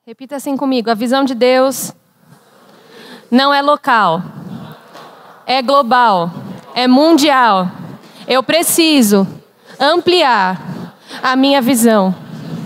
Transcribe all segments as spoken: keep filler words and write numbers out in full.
Repita assim comigo: a visão de Deus não é local, é global, é mundial. Eu preciso ampliar a minha visão.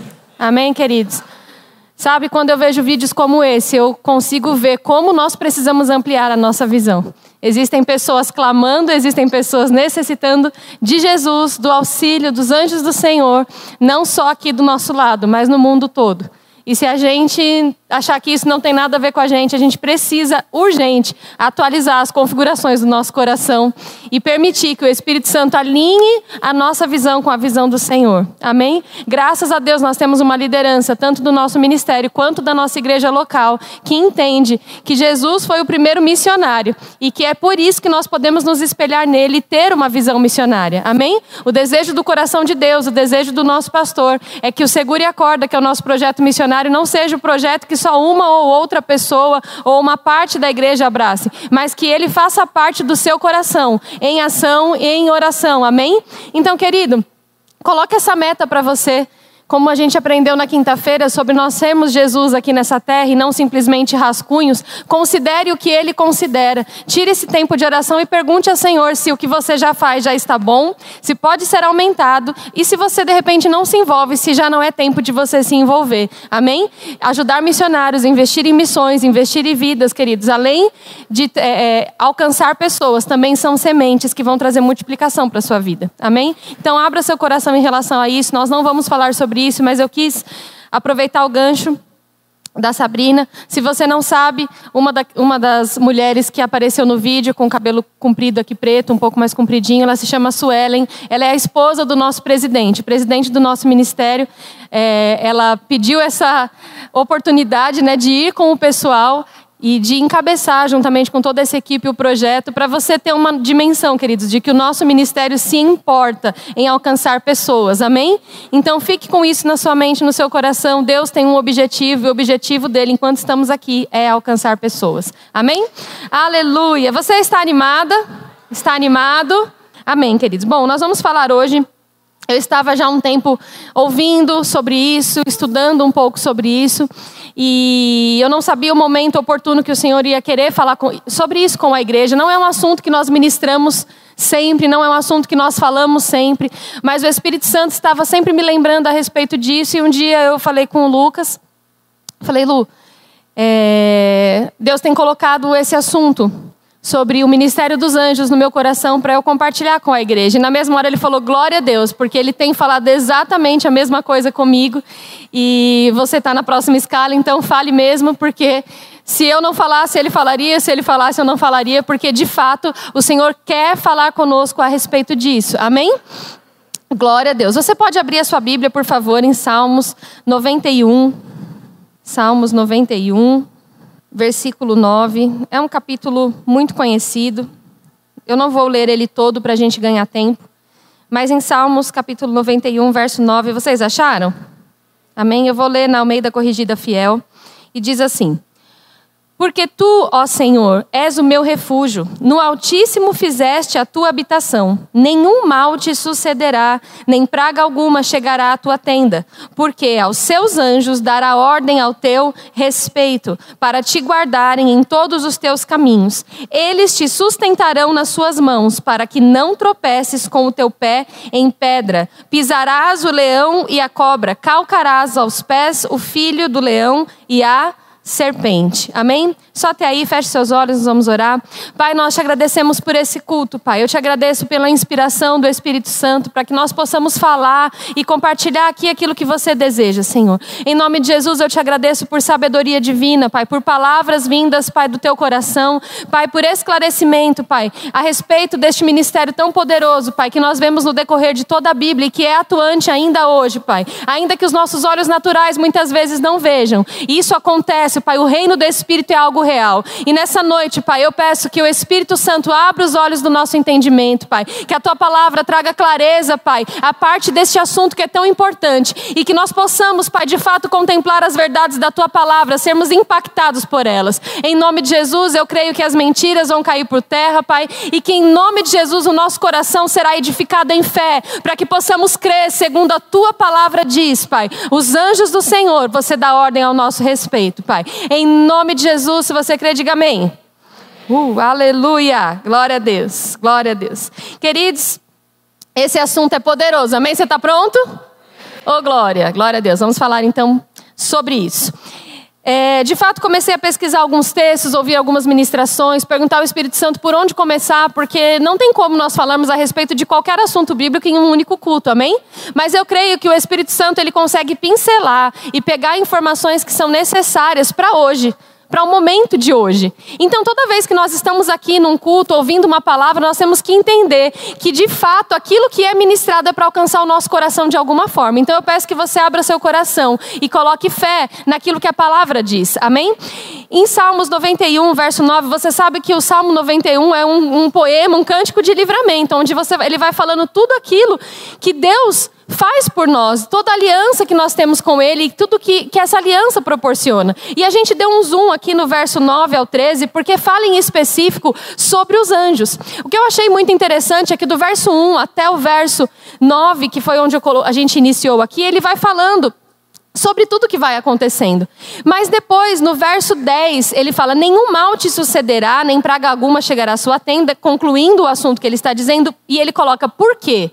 Amém, queridos? Sabe, quando eu vejo vídeos como esse, eu consigo ver como nós precisamos ampliar a nossa visão. Existem pessoas clamando, existem pessoas necessitando de Jesus, do auxílio dos anjos do Senhor, não só aqui do nosso lado, mas no mundo todo. E se a gente achar que isso não tem nada a ver com a gente, a gente precisa, urgente, atualizar as configurações do nosso coração e permitir que o Espírito Santo alinhe a nossa visão com a visão do Senhor. Amém? Graças a Deus nós temos uma liderança, tanto do nosso ministério quanto da nossa igreja local, que entende que Jesus foi o primeiro missionário e que é por isso que nós podemos nos espelhar nele e ter uma visão missionária. Amém? O desejo do coração de Deus, o desejo do nosso pastor é que o Segure e Acorda, que é o nosso projeto missionário, não seja o projeto que só uma ou outra pessoa ou uma parte da igreja abrace, mas que ele faça parte do seu coração, em ação e em oração. Amém? Então, querido, coloque essa meta para você. Como a gente aprendeu na quinta-feira sobre nós sermos Jesus aqui nessa terra e não simplesmente rascunhos, considere o que Ele considera. Tire esse tempo de oração e pergunte ao Senhor se o que você já faz já está bom, se pode ser aumentado e se você de repente não se envolve, se já não é tempo de você se envolver. Amém? Ajudar missionários, investir em missões, investir em vidas, queridos. Além de é, é, alcançar pessoas, também são sementes que vão trazer multiplicação para a sua vida. Amém? Então abra seu coração em relação a isso. Nós não vamos falar sobre isso, mas eu quis aproveitar o gancho da Sabrina. Se você não sabe, uma, da, uma das mulheres que apareceu no vídeo com o cabelo comprido aqui preto, um pouco mais compridinho, ela se chama Suelen. Ela é a esposa do nosso presidente, presidente do nosso ministério. É, ela pediu essa oportunidade, né, de ir com o pessoal e de encabeçar, juntamente com toda essa equipe, o projeto, para você ter uma dimensão, queridos, de que o nosso ministério se importa em alcançar pessoas, amém? Então fique com isso na sua mente, no seu coração. Deus tem um objetivo, e o objetivo dele, enquanto estamos aqui, é alcançar pessoas, amém? Aleluia! Você está animada? Está animado? Amém, queridos. Bom, nós vamos falar hoje. Eu estava já há um tempo ouvindo sobre isso, estudando um pouco sobre isso, e eu não sabia o momento oportuno que o Senhor ia querer falar com, sobre isso com a igreja. Não é um assunto que nós ministramos sempre, não é um assunto que nós falamos sempre, mas o Espírito Santo estava sempre me lembrando a respeito disso, e um dia eu falei com o Lucas, falei, Lu, é, Deus tem colocado esse assunto sobre o ministério dos anjos no meu coração para eu compartilhar com a igreja. E na mesma hora ele falou, glória a Deus, porque ele tem falado exatamente a mesma coisa comigo. E você está na próxima escala, então fale mesmo, porque se eu não falasse, ele falaria. Se ele falasse, eu não falaria, porque de fato o Senhor quer falar conosco a respeito disso. Amém? Glória a Deus. Você pode abrir a sua Bíblia, por favor, em Salmos noventa e um. Salmos noventa e um. Versículo nove, é um capítulo muito conhecido. Eu não vou ler ele todo para a gente ganhar tempo. Mas em Salmos, capítulo noventa e um, verso nove, vocês acharam? Amém? Eu vou ler na Almeida Corrigida Fiel. E diz assim: porque tu, ó Senhor, és o meu refúgio, no Altíssimo fizeste a tua habitação. Nenhum mal te sucederá, nem praga alguma chegará à tua tenda, porque aos seus anjos dará ordem ao teu respeito, para te guardarem em todos os teus caminhos. Eles te sustentarão nas suas mãos, para que não tropeces com o teu pé em pedra. Pisarás o leão e a cobra, calcarás aos pés o filho do leão e a serpente. Amém? Só até aí, feche seus olhos, nós vamos orar. Pai, nós te agradecemos por esse culto, Pai. Eu te agradeço pela inspiração do Espírito Santo, para que nós possamos falar e compartilhar aqui aquilo que você deseja, Senhor. Em nome de Jesus, eu te agradeço por sabedoria divina, Pai, por palavras vindas, Pai, do teu coração, Pai, por esclarecimento, Pai, a respeito deste ministério tão poderoso, Pai, que nós vemos no decorrer de toda a Bíblia e que é atuante ainda hoje, Pai. Ainda que os nossos olhos naturais muitas vezes não vejam. E isso acontece acontece, Pai, o reino do Espírito é algo real. E nessa noite, Pai, eu peço que o Espírito Santo abra os olhos do nosso entendimento, Pai. Que a Tua palavra traga clareza, Pai, a parte deste assunto que é tão importante. E que nós possamos, Pai, de fato contemplar as verdades da Tua palavra, sermos impactados por elas. Em nome de Jesus, eu creio que as mentiras vão cair por terra, Pai. E que em nome de Jesus o nosso coração será edificado em fé, para que possamos crer segundo a Tua palavra diz, Pai. Os anjos do Senhor, você dá ordem ao nosso respeito, Pai. Em nome de Jesus, se você crê, diga amém. Uh, aleluia, glória a Deus, glória a Deus. Queridos, esse assunto é poderoso, amém? Você está pronto? Oh, glória, glória a Deus. Vamos falar então sobre isso. É, de fato, comecei a pesquisar alguns textos, ouvir algumas ministrações, perguntar ao Espírito Santo por onde começar, porque não tem como nós falarmos a respeito de qualquer assunto bíblico em um único culto, amém? Mas eu creio que o Espírito Santo ele consegue pincelar e pegar informações que são necessárias para hoje, para o momento de hoje. Então, toda vez que nós estamos aqui num culto, ouvindo uma palavra, nós temos que entender que, de fato, aquilo que é ministrado é para alcançar o nosso coração de alguma forma. Então, eu peço que você abra seu coração e coloque fé naquilo que a palavra diz. Amém? Em Salmos noventa e um, verso nove, você sabe que o Salmo noventa e um é um, um poema, um cântico de livramento, onde você, ele vai falando tudo aquilo que Deus faz por nós, toda a aliança que nós temos com Ele e tudo que, que essa aliança proporciona. E a gente deu um zoom aqui no verso nove ao treze, porque fala em específico sobre os anjos. O que eu achei muito interessante é que do verso um até o verso nove, que foi onde eu colo- a gente iniciou aqui, ele vai falando sobre tudo que vai acontecendo. Mas depois, no verso dez, ele fala: nenhum mal te sucederá, nem praga alguma chegará à sua tenda, concluindo o assunto que ele está dizendo, e ele coloca por quê?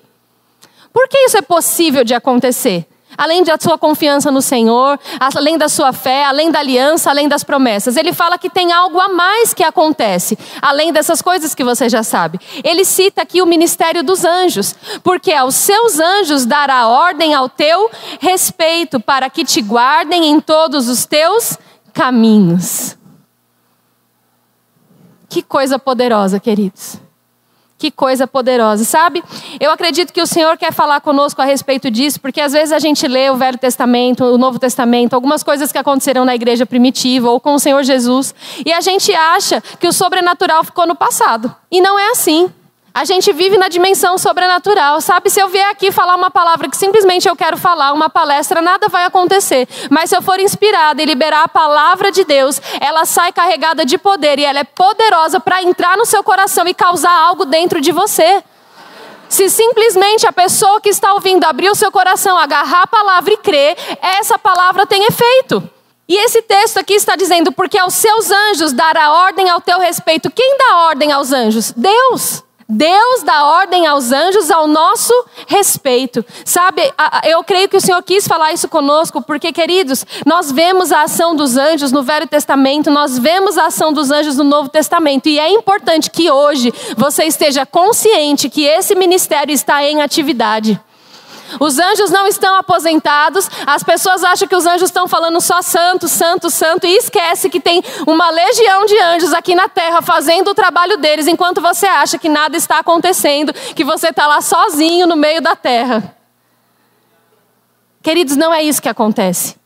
Por que isso é possível de acontecer? Além da sua confiança no Senhor, além da sua fé, além da aliança, além das promessas. Ele fala que tem algo a mais que acontece, além dessas coisas que você já sabe. Ele cita aqui o ministério dos anjos, porque aos seus anjos dará ordem ao teu respeito, para que te guardem em todos os teus caminhos. Que coisa poderosa, queridos. Que coisa poderosa, sabe? Eu acredito que o Senhor quer falar conosco a respeito disso, porque às vezes a gente lê o Velho Testamento, o Novo Testamento, algumas coisas que aconteceram na igreja primitiva ou com o Senhor Jesus, e a gente acha que o sobrenatural ficou no passado. E não é assim. A gente vive na dimensão sobrenatural, sabe? Se eu vier aqui falar uma palavra que simplesmente eu quero falar, uma palestra, nada vai acontecer. Mas se eu for inspirada e liberar a palavra de Deus, ela sai carregada de poder e ela é poderosa para entrar no seu coração e causar algo dentro de você. Se simplesmente a pessoa que está ouvindo abrir o seu coração, agarrar a palavra e crer, essa palavra tem efeito. E esse texto aqui está dizendo: porque aos seus anjos dará ordem ao teu respeito. Quem dá ordem aos anjos? Deus. Deus dá ordem aos anjos ao nosso respeito. Sabe, eu creio que o Senhor quis falar isso conosco, porque, queridos, nós vemos a ação dos anjos no Velho Testamento, nós vemos a ação dos anjos no Novo Testamento, e é importante que hoje você esteja consciente que esse ministério está em atividade. Os anjos não estão aposentados. As pessoas acham que os anjos estão falando só santo, santo, santo, e esquece que tem uma legião de anjos aqui na terra fazendo o trabalho deles, enquanto você acha que nada está acontecendo, que você está lá sozinho no meio da terra. Queridos, não é isso que acontece.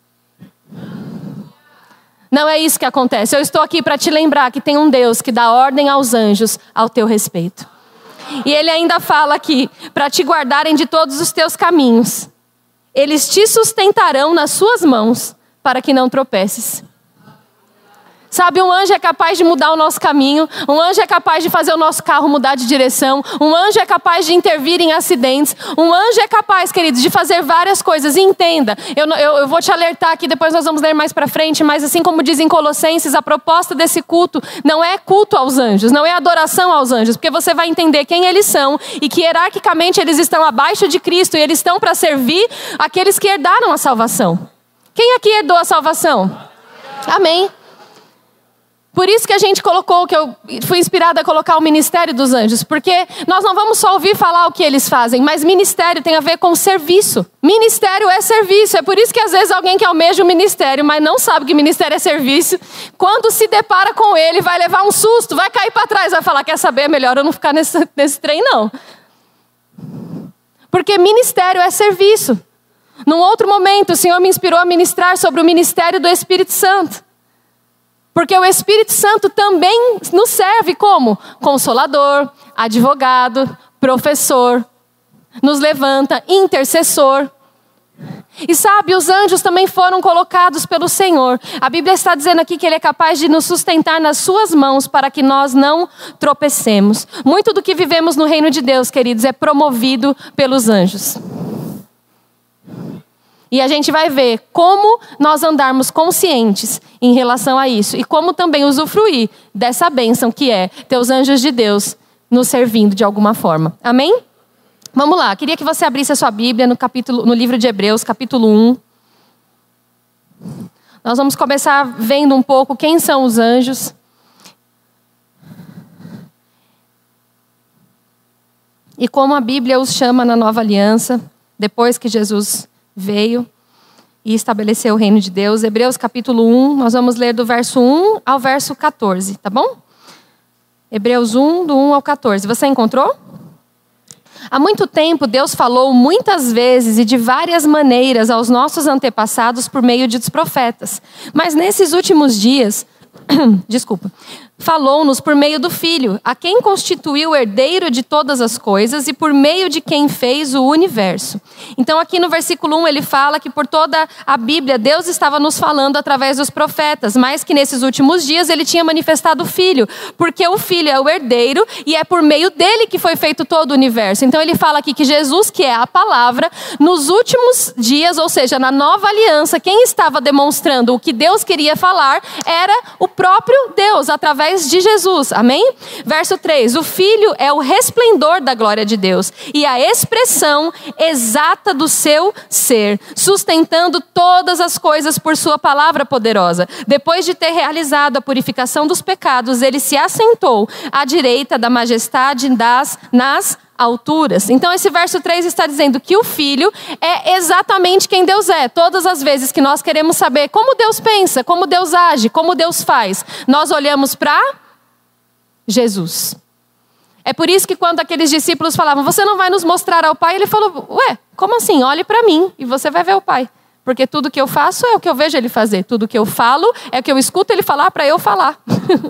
Não é isso que acontece. Eu estou aqui para te lembrar que tem um Deus que dá ordem aos anjos ao teu respeito. E ele ainda fala aqui, para te guardarem de todos os teus caminhos. Eles te sustentarão nas suas mãos, para que não tropeces. Sabe, um anjo é capaz de mudar o nosso caminho. Um anjo é capaz de fazer o nosso carro mudar de direção. Um anjo é capaz de intervir em acidentes. Um anjo é capaz, queridos, de fazer várias coisas. E entenda, eu, eu, eu vou te alertar aqui, depois nós vamos ler mais para frente, mas assim como diz em Colossenses, a proposta desse culto não é culto aos anjos, não é adoração aos anjos, porque você vai entender quem eles são e que hierarquicamente eles estão abaixo de Cristo e eles estão para servir aqueles que herdaram a salvação. Quem aqui herdou a salvação? Amém. Por isso que a gente colocou, que eu fui inspirada a colocar o ministério dos anjos, porque nós não vamos só ouvir falar o que eles fazem, mas ministério tem a ver com serviço. Ministério é serviço, é por isso que às vezes alguém que almeja o ministério, mas não sabe que ministério é serviço, quando se depara com ele, vai levar um susto, vai cair para trás, vai falar: quer saber, é melhor eu não ficar nesse, nesse trem não. Porque ministério é serviço. Num outro momento, o Senhor me inspirou a ministrar sobre o ministério do Espírito Santo. Porque o Espírito Santo também nos serve como consolador, advogado, professor, nos levanta, intercessor. E sabe, os anjos também foram colocados pelo Senhor. A Bíblia está dizendo aqui que Ele é capaz de nos sustentar nas suas mãos para que nós não tropecemos. Muito do que vivemos no reino de Deus, queridos, é promovido pelos anjos. E a gente vai ver como nós andarmos conscientes em relação a isso. E como também usufruir dessa bênção que é ter os anjos de Deus nos servindo de alguma forma. Amém? Vamos lá, queria que você abrisse a sua Bíblia no, capítulo, no livro de Hebreus, capítulo um. Nós vamos começar vendo um pouco quem são os anjos. E como a Bíblia os chama na Nova Aliança, depois que Jesus veio e estabeleceu o reino de Deus. Hebreus capítulo um, nós vamos ler do verso um ao verso quatorze, tá bom? Hebreus um, do um ao quatorze. Você encontrou? Há muito tempo, Deus falou muitas vezes e de várias maneiras aos nossos antepassados por meio de dos profetas. Mas nesses últimos dias, desculpa, falou-nos por meio do Filho, a quem constituiu o herdeiro de todas as coisas e por meio de quem fez o universo. Então aqui no versículo um ele fala que por toda a Bíblia Deus estava nos falando através dos profetas, mas que nesses últimos dias ele tinha manifestado o Filho, porque o Filho é o herdeiro e é por meio dele que foi feito todo o universo. Então ele fala aqui que Jesus, que é a palavra, nos últimos dias, ou seja, na nova aliança, quem estava demonstrando o que Deus queria falar era o próprio Deus, através de Jesus, amém? Verso três, o Filho é o resplendor da glória de Deus e a expressão exata do seu ser, sustentando todas as coisas por sua palavra poderosa. Depois de ter realizado a purificação dos pecados, ele se assentou à direita da majestade das, nas alturas. Então esse verso três está dizendo que o Filho é exatamente quem Deus é. Todas as vezes que nós queremos saber como Deus pensa, como Deus age, como Deus faz, nós olhamos para Jesus. É por isso que quando aqueles discípulos falavam, você não vai nos mostrar ao Pai? Ele falou, ué, como assim? Olhe para mim e você vai ver o Pai. Porque tudo que eu faço é o que eu vejo ele fazer. Tudo que eu falo é o que eu escuto ele falar para eu falar.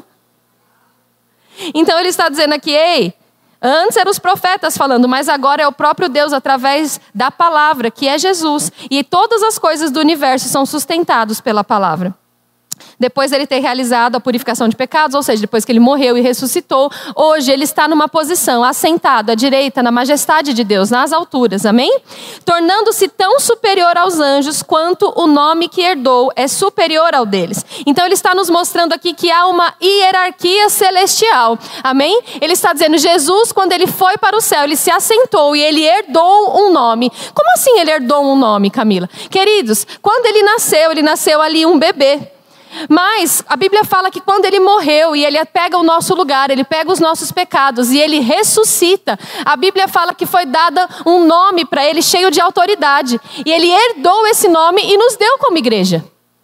Então ele está dizendo aqui, ei, antes eram os profetas falando, mas agora é o próprio Deus através da palavra, que é Jesus. E todas as coisas do universo são sustentadas pela palavra. Depois dele ter realizado a purificação de pecados, ou seja, depois que ele morreu e ressuscitou, hoje ele está numa posição, assentado à direita, na majestade de Deus, nas alturas, amém? Tornando-se tão superior aos anjos, quanto o nome que herdou é superior ao deles. Então ele está nos mostrando aqui que há uma hierarquia celestial, amém? Ele está dizendo, Jesus, quando ele foi para o céu, ele se assentou e ele herdou um nome. Como assim ele herdou um nome, Camila? Queridos, quando ele nasceu, ele nasceu ali um bebê. Mas a Bíblia fala que quando ele morreu e ele pega o nosso lugar, ele pega os nossos pecados e ele ressuscita, a Bíblia fala que foi dada um nome para ele cheio de autoridade. E ele herdou esse nome e nos deu como igreja.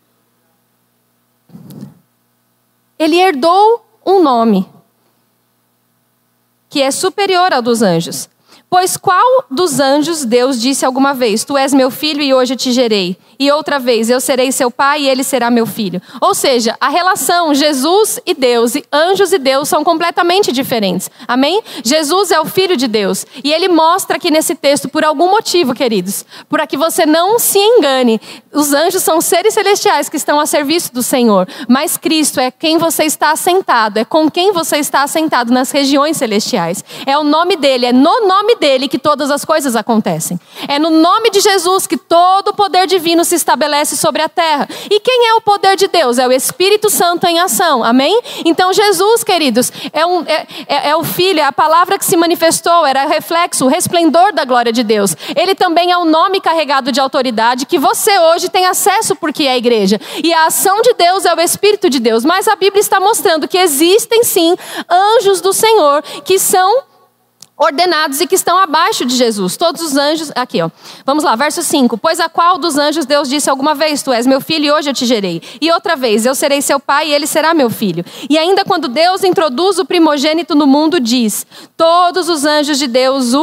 Ele herdou um nome que é superior ao dos anjos. Pois qual dos anjos Deus disse alguma vez, tu és meu filho e hoje eu te gerei. E outra vez, eu serei seu pai e ele será meu filho. Ou seja, a relação Jesus e Deus, e anjos e Deus são completamente diferentes. Amém? Jesus é o filho de Deus. E ele mostra aqui nesse texto por algum motivo, queridos. Para que você não se engane. Os anjos são seres celestiais que estão a serviço do Senhor. Mas Cristo é quem você está assentado. É com quem você está assentado nas regiões celestiais. É o nome dele, é no nome dele que todas as coisas acontecem. É no nome de Jesus que todo o poder divino se estabelece sobre a terra. E quem é o poder de Deus? É o Espírito Santo em ação, amém? Então Jesus, queridos, é, um, é, é, é o Filho, é a palavra que se manifestou, era reflexo, o resplendor da glória de Deus. Ele também é um nome carregado de autoridade que você hoje tem acesso porque é a igreja. E a ação de Deus é o Espírito de Deus. Mas a Bíblia está mostrando que existem sim anjos do Senhor que são ordenados e que estão abaixo de Jesus. Todos os anjos, aqui ó, vamos lá, verso cinco. Pois a qual dos anjos Deus disse alguma vez, tu és meu filho e hoje eu te gerei. E outra vez, eu serei seu pai e ele será meu filho. E ainda quando Deus introduz o primogênito no mundo, diz, todos os anjos de Deus o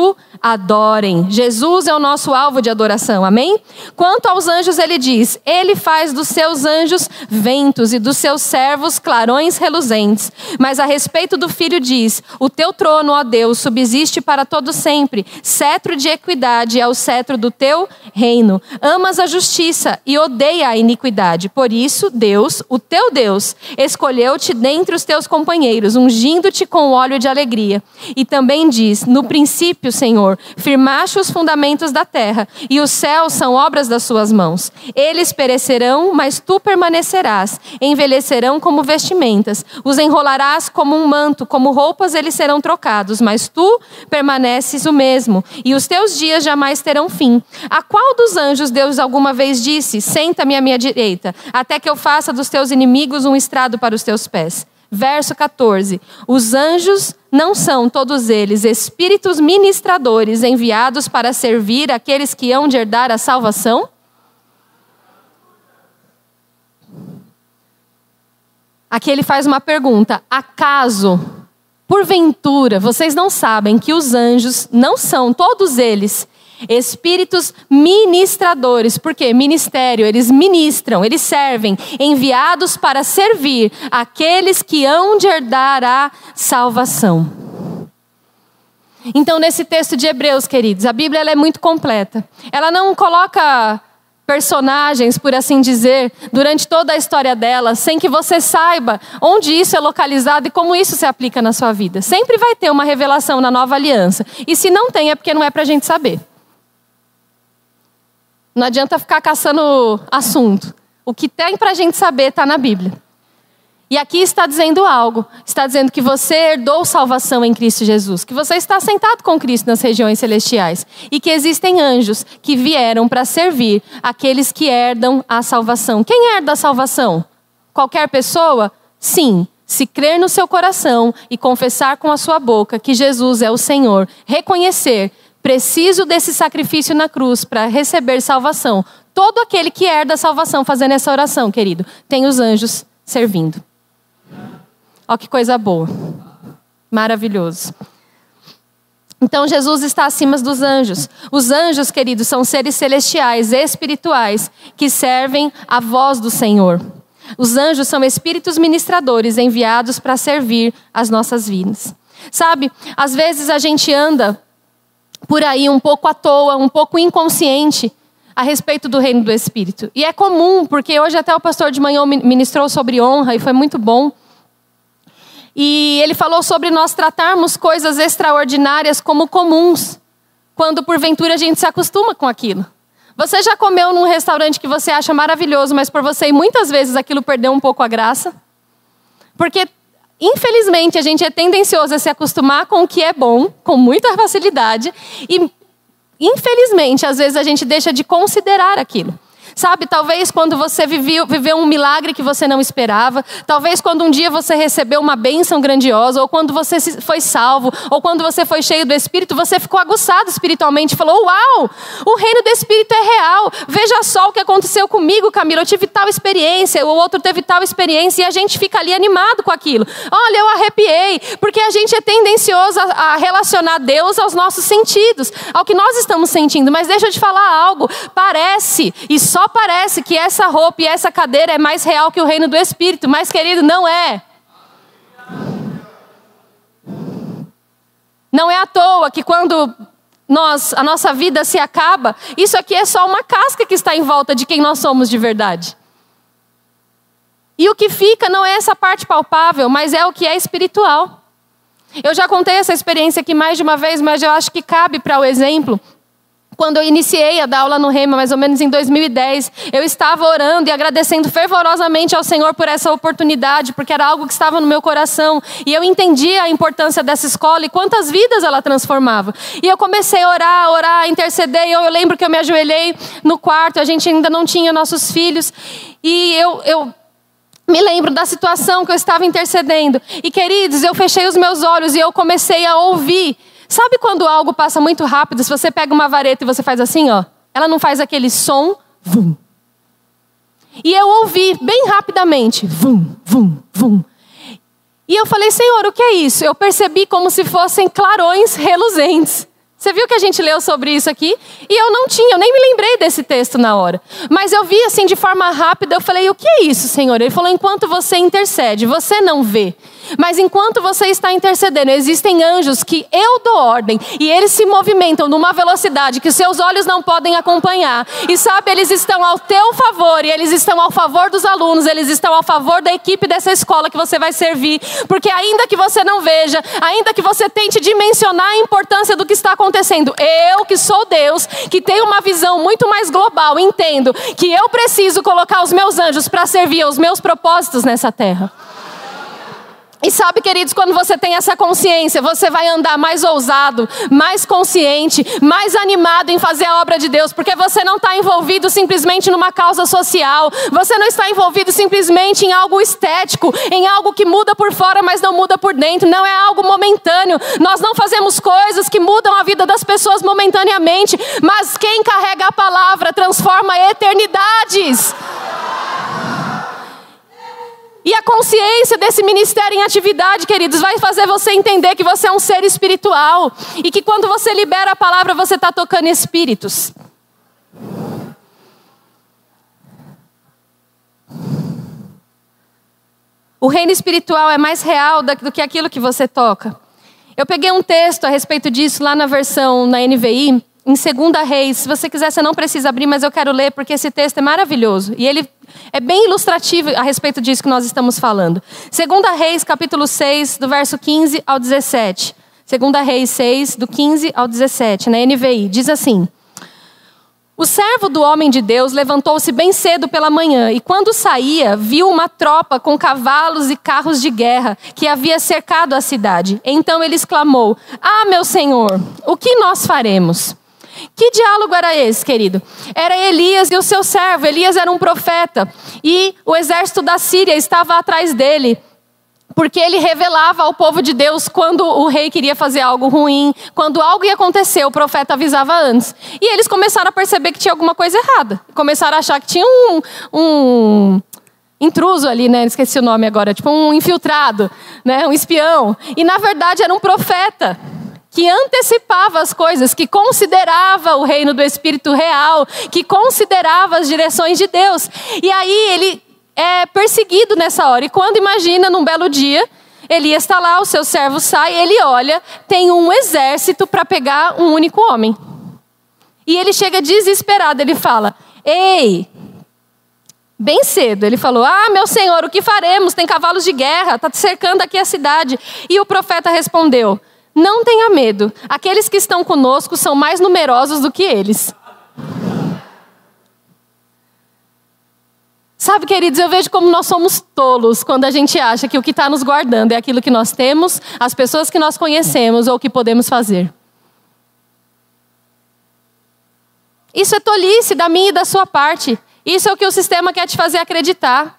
adorem. Jesus é o nosso alvo de adoração, amém? Quanto aos anjos, ele diz: ele faz dos seus anjos ventos e dos seus servos clarões reluzentes. Mas a respeito do Filho diz: o teu trono, ó Deus, subsiste para todo sempre. Cetro de equidade é o cetro do teu reino. Amas a justiça e odeia a iniquidade. Por isso, Deus, o teu Deus, escolheu-te dentre os teus companheiros, ungindo-te com óleo de alegria. E também diz: no princípio, Senhor, firmaste os fundamentos da terra, e os céus são obras das suas mãos. Eles perecerão, mas tu permanecerás. Envelhecerão como vestimentas. Os enrolarás como um manto, como roupas eles serão trocados, mas tu permaneces o mesmo, e os teus dias jamais terão fim. A qual dos anjos Deus alguma vez disse: senta-me à minha direita, até que eu faça dos teus inimigos um estrado para os teus pés? Verso quatorze. Os anjos não são todos eles espíritos ministradores enviados para servir aqueles que hão de herdar a salvação? Aqui ele faz uma pergunta: acaso, porventura, vocês não sabem que os anjos não são todos eles espíritos ministradores? Por quê? Ministério, eles ministram, eles servem, enviados para servir aqueles que hão de herdar a salvação. Então, nesse texto de Hebreus, queridos, a Bíblia ela é muito completa. Ela não coloca personagens, por assim dizer, durante toda a história dela, sem que você saiba onde isso é localizado e como isso se aplica na sua vida. Sempre vai ter uma revelação na nova aliança. E se não tem, é porque não é para a gente saber. Não adianta ficar caçando assunto. O que tem para a gente saber está na Bíblia. E aqui está dizendo algo. Está dizendo que você herdou salvação em Cristo Jesus. Que você está sentado com Cristo nas regiões celestiais. E que existem anjos que vieram para servir aqueles que herdam a salvação. Quem herda a salvação? Qualquer pessoa? Sim. Se crer no seu coração e confessar com a sua boca que Jesus é o Senhor. Reconhecer: preciso desse sacrifício na cruz para receber salvação. Todo aquele que herda a salvação fazendo essa oração, querido, tem os anjos servindo. Ó, que coisa boa. Maravilhoso. Então Jesus está acima dos anjos. Os anjos, queridos, são seres celestiais, espirituais, que servem a voz do Senhor. Os anjos são espíritos ministradores enviados para servir as nossas vidas. Sabe, às vezes a gente anda por aí um pouco à toa, um pouco inconsciente a respeito do reino do Espírito. E é comum, porque hoje até o pastor de manhã ministrou sobre honra e foi muito bom. E ele falou sobre nós tratarmos coisas extraordinárias como comuns, quando porventura a gente se acostuma com aquilo. Você já comeu num restaurante que você acha maravilhoso, mas por você ir muitas vezes aquilo perdeu um pouco a graça? Porque infelizmente, a gente é tendencioso a se acostumar com o que é bom, com muita facilidade, e infelizmente, às vezes a gente deixa de considerar aquilo. Sabe, talvez quando você viveu, viveu um milagre que você não esperava, talvez quando um dia você recebeu uma bênção grandiosa, ou quando você foi salvo, ou quando você foi cheio do Espírito, você ficou aguçado espiritualmente e falou: uau, o reino do Espírito é real, veja só o que aconteceu comigo, Camila, eu tive tal experiência, o outro teve tal experiência, e a gente fica ali animado com aquilo. Olha, eu arrepiei, porque a gente é tendencioso a, a relacionar Deus aos nossos sentidos, ao que nós estamos sentindo. Mas deixa eu te falar algo, parece, e só parece que essa roupa e essa cadeira é mais real que o reino do Espírito, mas, querido, não é. Não é à toa que quando nós, a nossa vida se acaba, isso aqui é só uma casca que está em volta de quem nós somos de verdade. E o que fica não é essa parte palpável, mas é o que é espiritual. Eu já contei essa experiência aqui mais de uma vez, mas eu acho que cabe para o exemplo. Quando eu iniciei a dar aula no Rema, mais ou menos em dois mil e dez, eu estava orando e agradecendo fervorosamente ao Senhor por essa oportunidade, porque era algo que estava no meu coração. E eu entendia a importância dessa escola e quantas vidas ela transformava. E eu comecei a orar, orar, interceder. E eu, eu lembro que eu me ajoelhei no quarto, a gente ainda não tinha nossos filhos. E eu... eu me lembro da situação que eu estava intercedendo. E, queridos, eu fechei os meus olhos e eu comecei a ouvir. Sabe quando algo passa muito rápido, se você pega uma vareta e você faz assim, ó, ela não faz aquele som, vum. E eu ouvi bem rapidamente, vum, vum, vum. E eu falei: Senhor, o que é isso? Eu percebi como se fossem clarões reluzentes. Você viu que a gente leu sobre isso aqui? E eu não tinha, eu nem me lembrei desse texto na hora. Mas eu vi assim de forma rápida, eu falei, o que é isso, Senhor? Ele falou, enquanto você intercede, você não vê. Mas enquanto você está intercedendo, existem anjos que eu dou ordem. E eles se movimentam numa velocidade que seus olhos não podem acompanhar. E sabe, eles estão ao teu favor. E eles estão ao favor dos alunos. Eles estão ao favor da equipe dessa escola que você vai servir. Porque ainda que você não veja, ainda que você tente dimensionar a importância do que está acontecendo, eu que sou Deus, que tenho uma visão muito mais global, entendo que eu preciso colocar os meus anjos para servir aos meus propósitos nessa terra. E sabe, queridos, quando você tem essa consciência, você vai andar mais ousado, mais consciente, mais animado em fazer a obra de Deus, porque você não está envolvido simplesmente numa causa social, você não está envolvido simplesmente em algo estético, em algo que muda por fora, mas não muda por dentro, não é algo momentâneo. Nós não fazemos coisas que mudam a vida das pessoas momentaneamente, mas quem carrega a palavra transforma eternidades. E a consciência desse ministério em atividade, queridos, vai fazer você entender que você é um ser espiritual. E que quando você libera a palavra, você está tocando espíritos. O reino espiritual é mais real do que aquilo que você toca. Eu peguei um texto a respeito disso lá na versão, na N V I, em Segunda Reis. Se você quiser, você não precisa abrir, mas eu quero ler porque esse texto é maravilhoso. E ele é bem ilustrativo a respeito disso que nós estamos falando. Segunda Reis, capítulo seis, do verso quinze ao dezessete. Segunda Reis seis, do quinze ao dezessete, na N V I. Diz assim: o servo do homem de Deus levantou-se bem cedo pela manhã e quando saía, viu uma tropa com cavalos e carros de guerra que havia cercado a cidade. Então ele exclamou: ah, meu senhor, o que nós faremos? Que diálogo era esse, querido? Era Elias e o seu servo. Elias era um profeta e o exército da Síria estava atrás dele, porque ele revelava ao povo de Deus quando o rei queria fazer algo ruim, quando algo ia acontecer, o profeta avisava antes. E eles começaram a perceber que tinha alguma coisa errada. Começaram a achar que tinha um, um intruso ali, né? Esqueci o nome agora, tipo um infiltrado, né? Um espião. E na verdade era um profeta que antecipava as coisas, que considerava o reino do Espírito real, que considerava as direções de Deus. E aí ele é perseguido nessa hora. E quando imagina, num belo dia, Elias está lá, o seu servo sai, ele olha, tem um exército para pegar um único homem. E ele chega desesperado, ele fala: ei, bem cedo, ele falou: ah, meu senhor, o que faremos? Tem cavalos de guerra, está cercando aqui a cidade. E o profeta respondeu: não tenha medo, aqueles que estão conosco são mais numerosos do que eles. Sabe, queridos, eu vejo como nós somos tolos quando a gente acha que o que está nos guardando é aquilo que nós temos, as pessoas que nós conhecemos ou o que podemos fazer. Isso é tolice da minha e da sua parte. Isso é o que o sistema quer te fazer acreditar.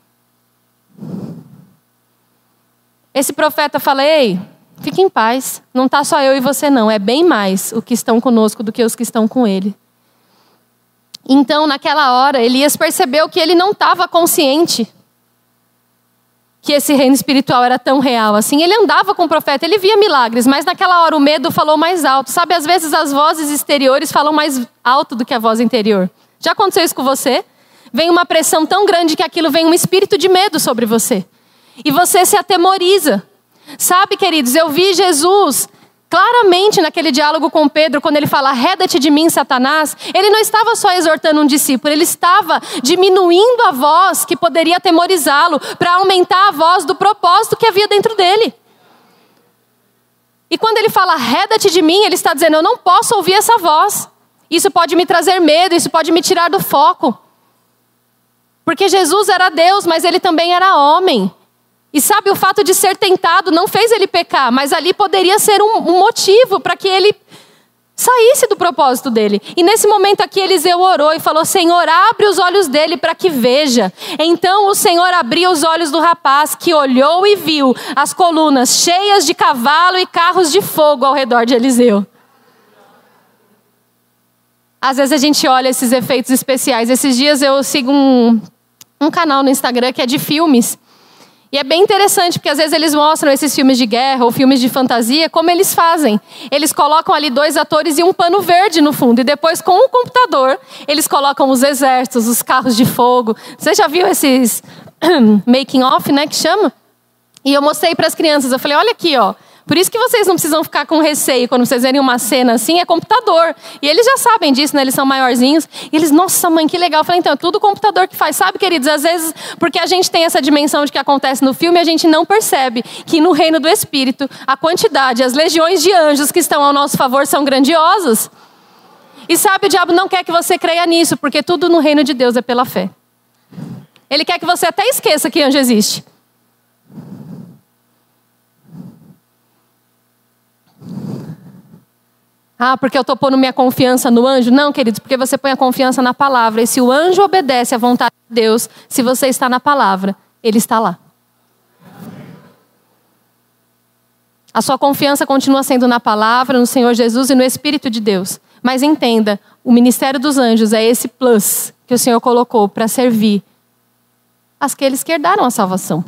Esse profeta fala: ei, fique em paz, não está só eu e você não, é bem mais o que estão conosco do que os que estão com ele. Então, naquela hora, Elias percebeu que ele não estava consciente que esse reino espiritual era tão real assim. Ele andava com o profeta, ele via milagres, mas naquela hora o medo falou mais alto. Sabe, às vezes as vozes exteriores falam mais alto do que a voz interior. Já aconteceu isso com você? Vem uma pressão tão grande que aquilo vem um espírito de medo sobre você. E você se atemoriza. Sabe, queridos, eu vi Jesus claramente naquele diálogo com Pedro, quando ele fala: arreda-te de mim, Satanás. Ele não estava só exortando um discípulo, ele estava diminuindo a voz que poderia atemorizá-lo, para aumentar a voz do propósito que havia dentro dele. E quando ele fala: arreda-te de mim, ele está dizendo: eu não posso ouvir essa voz. Isso pode me trazer medo, isso pode me tirar do foco. Porque Jesus era Deus, mas ele também era homem. E sabe, o fato de ser tentado não fez ele pecar, mas ali poderia ser um, um motivo para que ele saísse do propósito dele. E nesse momento aqui Eliseu orou e falou: Senhor, abre os olhos dele para que veja. Então o Senhor abriu os olhos do rapaz, que olhou e viu as colunas cheias de cavalo e carros de fogo ao redor de Eliseu. Às vezes a gente olha esses efeitos especiais. Esses dias eu sigo um, um canal no Instagram que é de filmes. E é bem interessante, porque às vezes eles mostram esses filmes de guerra ou filmes de fantasia, como eles fazem. Eles colocam ali dois atores e um pano verde no fundo. E depois, com o computador, eles colocam os exércitos, os carros de fogo. Você já viu esses making off, né, que chama? E eu mostrei para as crianças, eu falei, olha aqui, ó. Por isso que vocês não precisam ficar com receio quando vocês verem uma cena assim, é computador. E eles já sabem disso, né? Eles são maiorzinhos. E eles, nossa mãe, que legal. Eu falei, então, é tudo o computador que faz. Sabe, queridos, às vezes, porque a gente tem essa dimensão de que acontece no filme, a gente não percebe que no reino do Espírito, a quantidade, as legiões de anjos que estão ao nosso favor são grandiosas. E sabe, o diabo não quer que você creia nisso, porque tudo no reino de Deus é pela fé. Ele quer que você até esqueça que anjo existe. Ah, porque eu estou pondo minha confiança no anjo? Não, queridos, porque você põe a confiança na palavra. E se o anjo obedece à vontade de Deus, se você está na palavra, ele está lá. A sua confiança continua sendo na palavra, no Senhor Jesus e no Espírito de Deus. Mas entenda, o ministério dos anjos é esse plus que o Senhor colocou para servir aqueles que herdaram a salvação.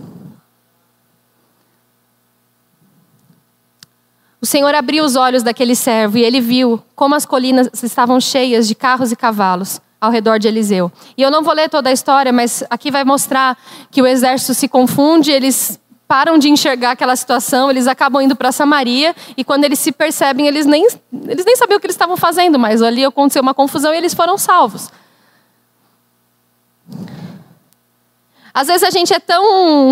O Senhor abriu os olhos daquele servo e ele viu como as colinas estavam cheias de carros e cavalos ao redor de Eliseu. E eu não vou ler toda a história, mas aqui vai mostrar que o exército se confunde, eles param de enxergar aquela situação, eles acabam indo para Samaria e quando eles se percebem, eles nem, eles nem sabiam o que eles estavam fazendo, mas ali aconteceu uma confusão e eles foram salvos. Às vezes a gente é tão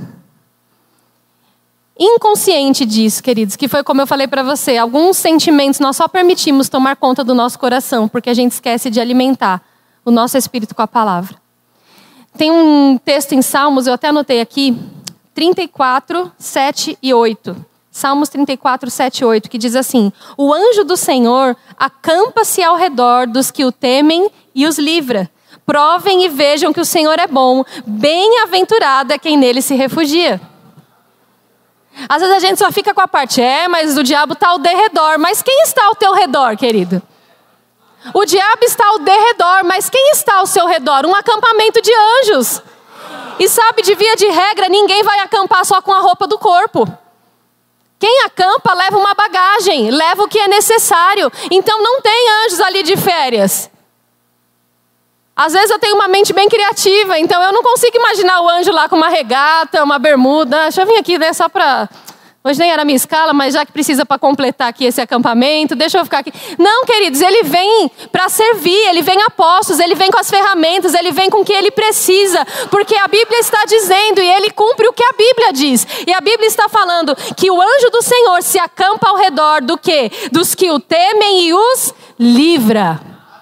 inconsciente disso, queridos, que foi como eu falei para você, alguns sentimentos nós só permitimos tomar conta do nosso coração, porque a gente esquece de alimentar o nosso espírito com a palavra. Tem um texto em Salmos, eu até anotei aqui, trinta e quatro, sete e oito. Salmos trinta e quatro, sete e oito, que diz assim: o anjo do Senhor acampa-se ao redor dos que o temem e os livra. Provem e vejam que o Senhor é bom, bem-aventurado é quem nele se refugia. Às vezes a gente só fica com a parte, é, mas o diabo está ao derredor. Mas quem está ao teu redor, querido? O diabo está ao derredor, mas quem está ao seu redor? Um acampamento de anjos. E sabe, de via de regra, ninguém vai acampar só com a roupa do corpo. Quem acampa leva uma bagagem, leva o que é necessário. Então não tem anjos ali de férias. Às vezes eu tenho uma mente bem criativa, então eu não consigo imaginar o anjo lá com uma regata, uma bermuda. Deixa eu vir aqui, né, só para... Hoje nem era a minha escala, mas já que precisa para completar aqui esse acampamento, deixa eu ficar aqui. Não, queridos, ele vem para servir, ele vem a postos, ele vem com as ferramentas, ele vem com o que ele precisa, porque a Bíblia está dizendo e ele cumpre o que a Bíblia diz. E a Bíblia está falando que o anjo do Senhor se acampa ao redor do quê? Dos que o temem e os livra.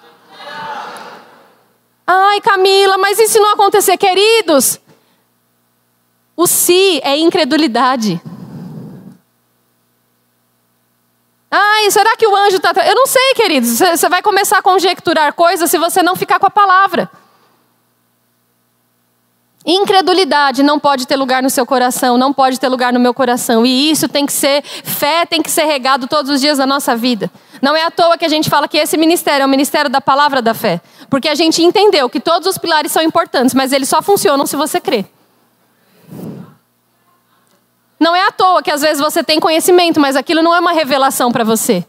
Ai, Camila, mas e se não acontecer? Queridos, o se é incredulidade. Ai, será que o anjo está... Eu não sei, queridos. Você vai começar a conjecturar coisas se você não ficar com a palavra. Incredulidade não pode ter lugar no seu coração, não pode ter lugar no meu coração. E isso tem que ser, fé tem que ser regado todos os dias da nossa vida. Não é à toa que a gente fala que esse ministério é o ministério da palavra da fé. Porque a gente entendeu que todos os pilares são importantes, mas eles só funcionam se você crê. Não é à toa que às vezes você tem conhecimento, mas aquilo não é uma revelação para você.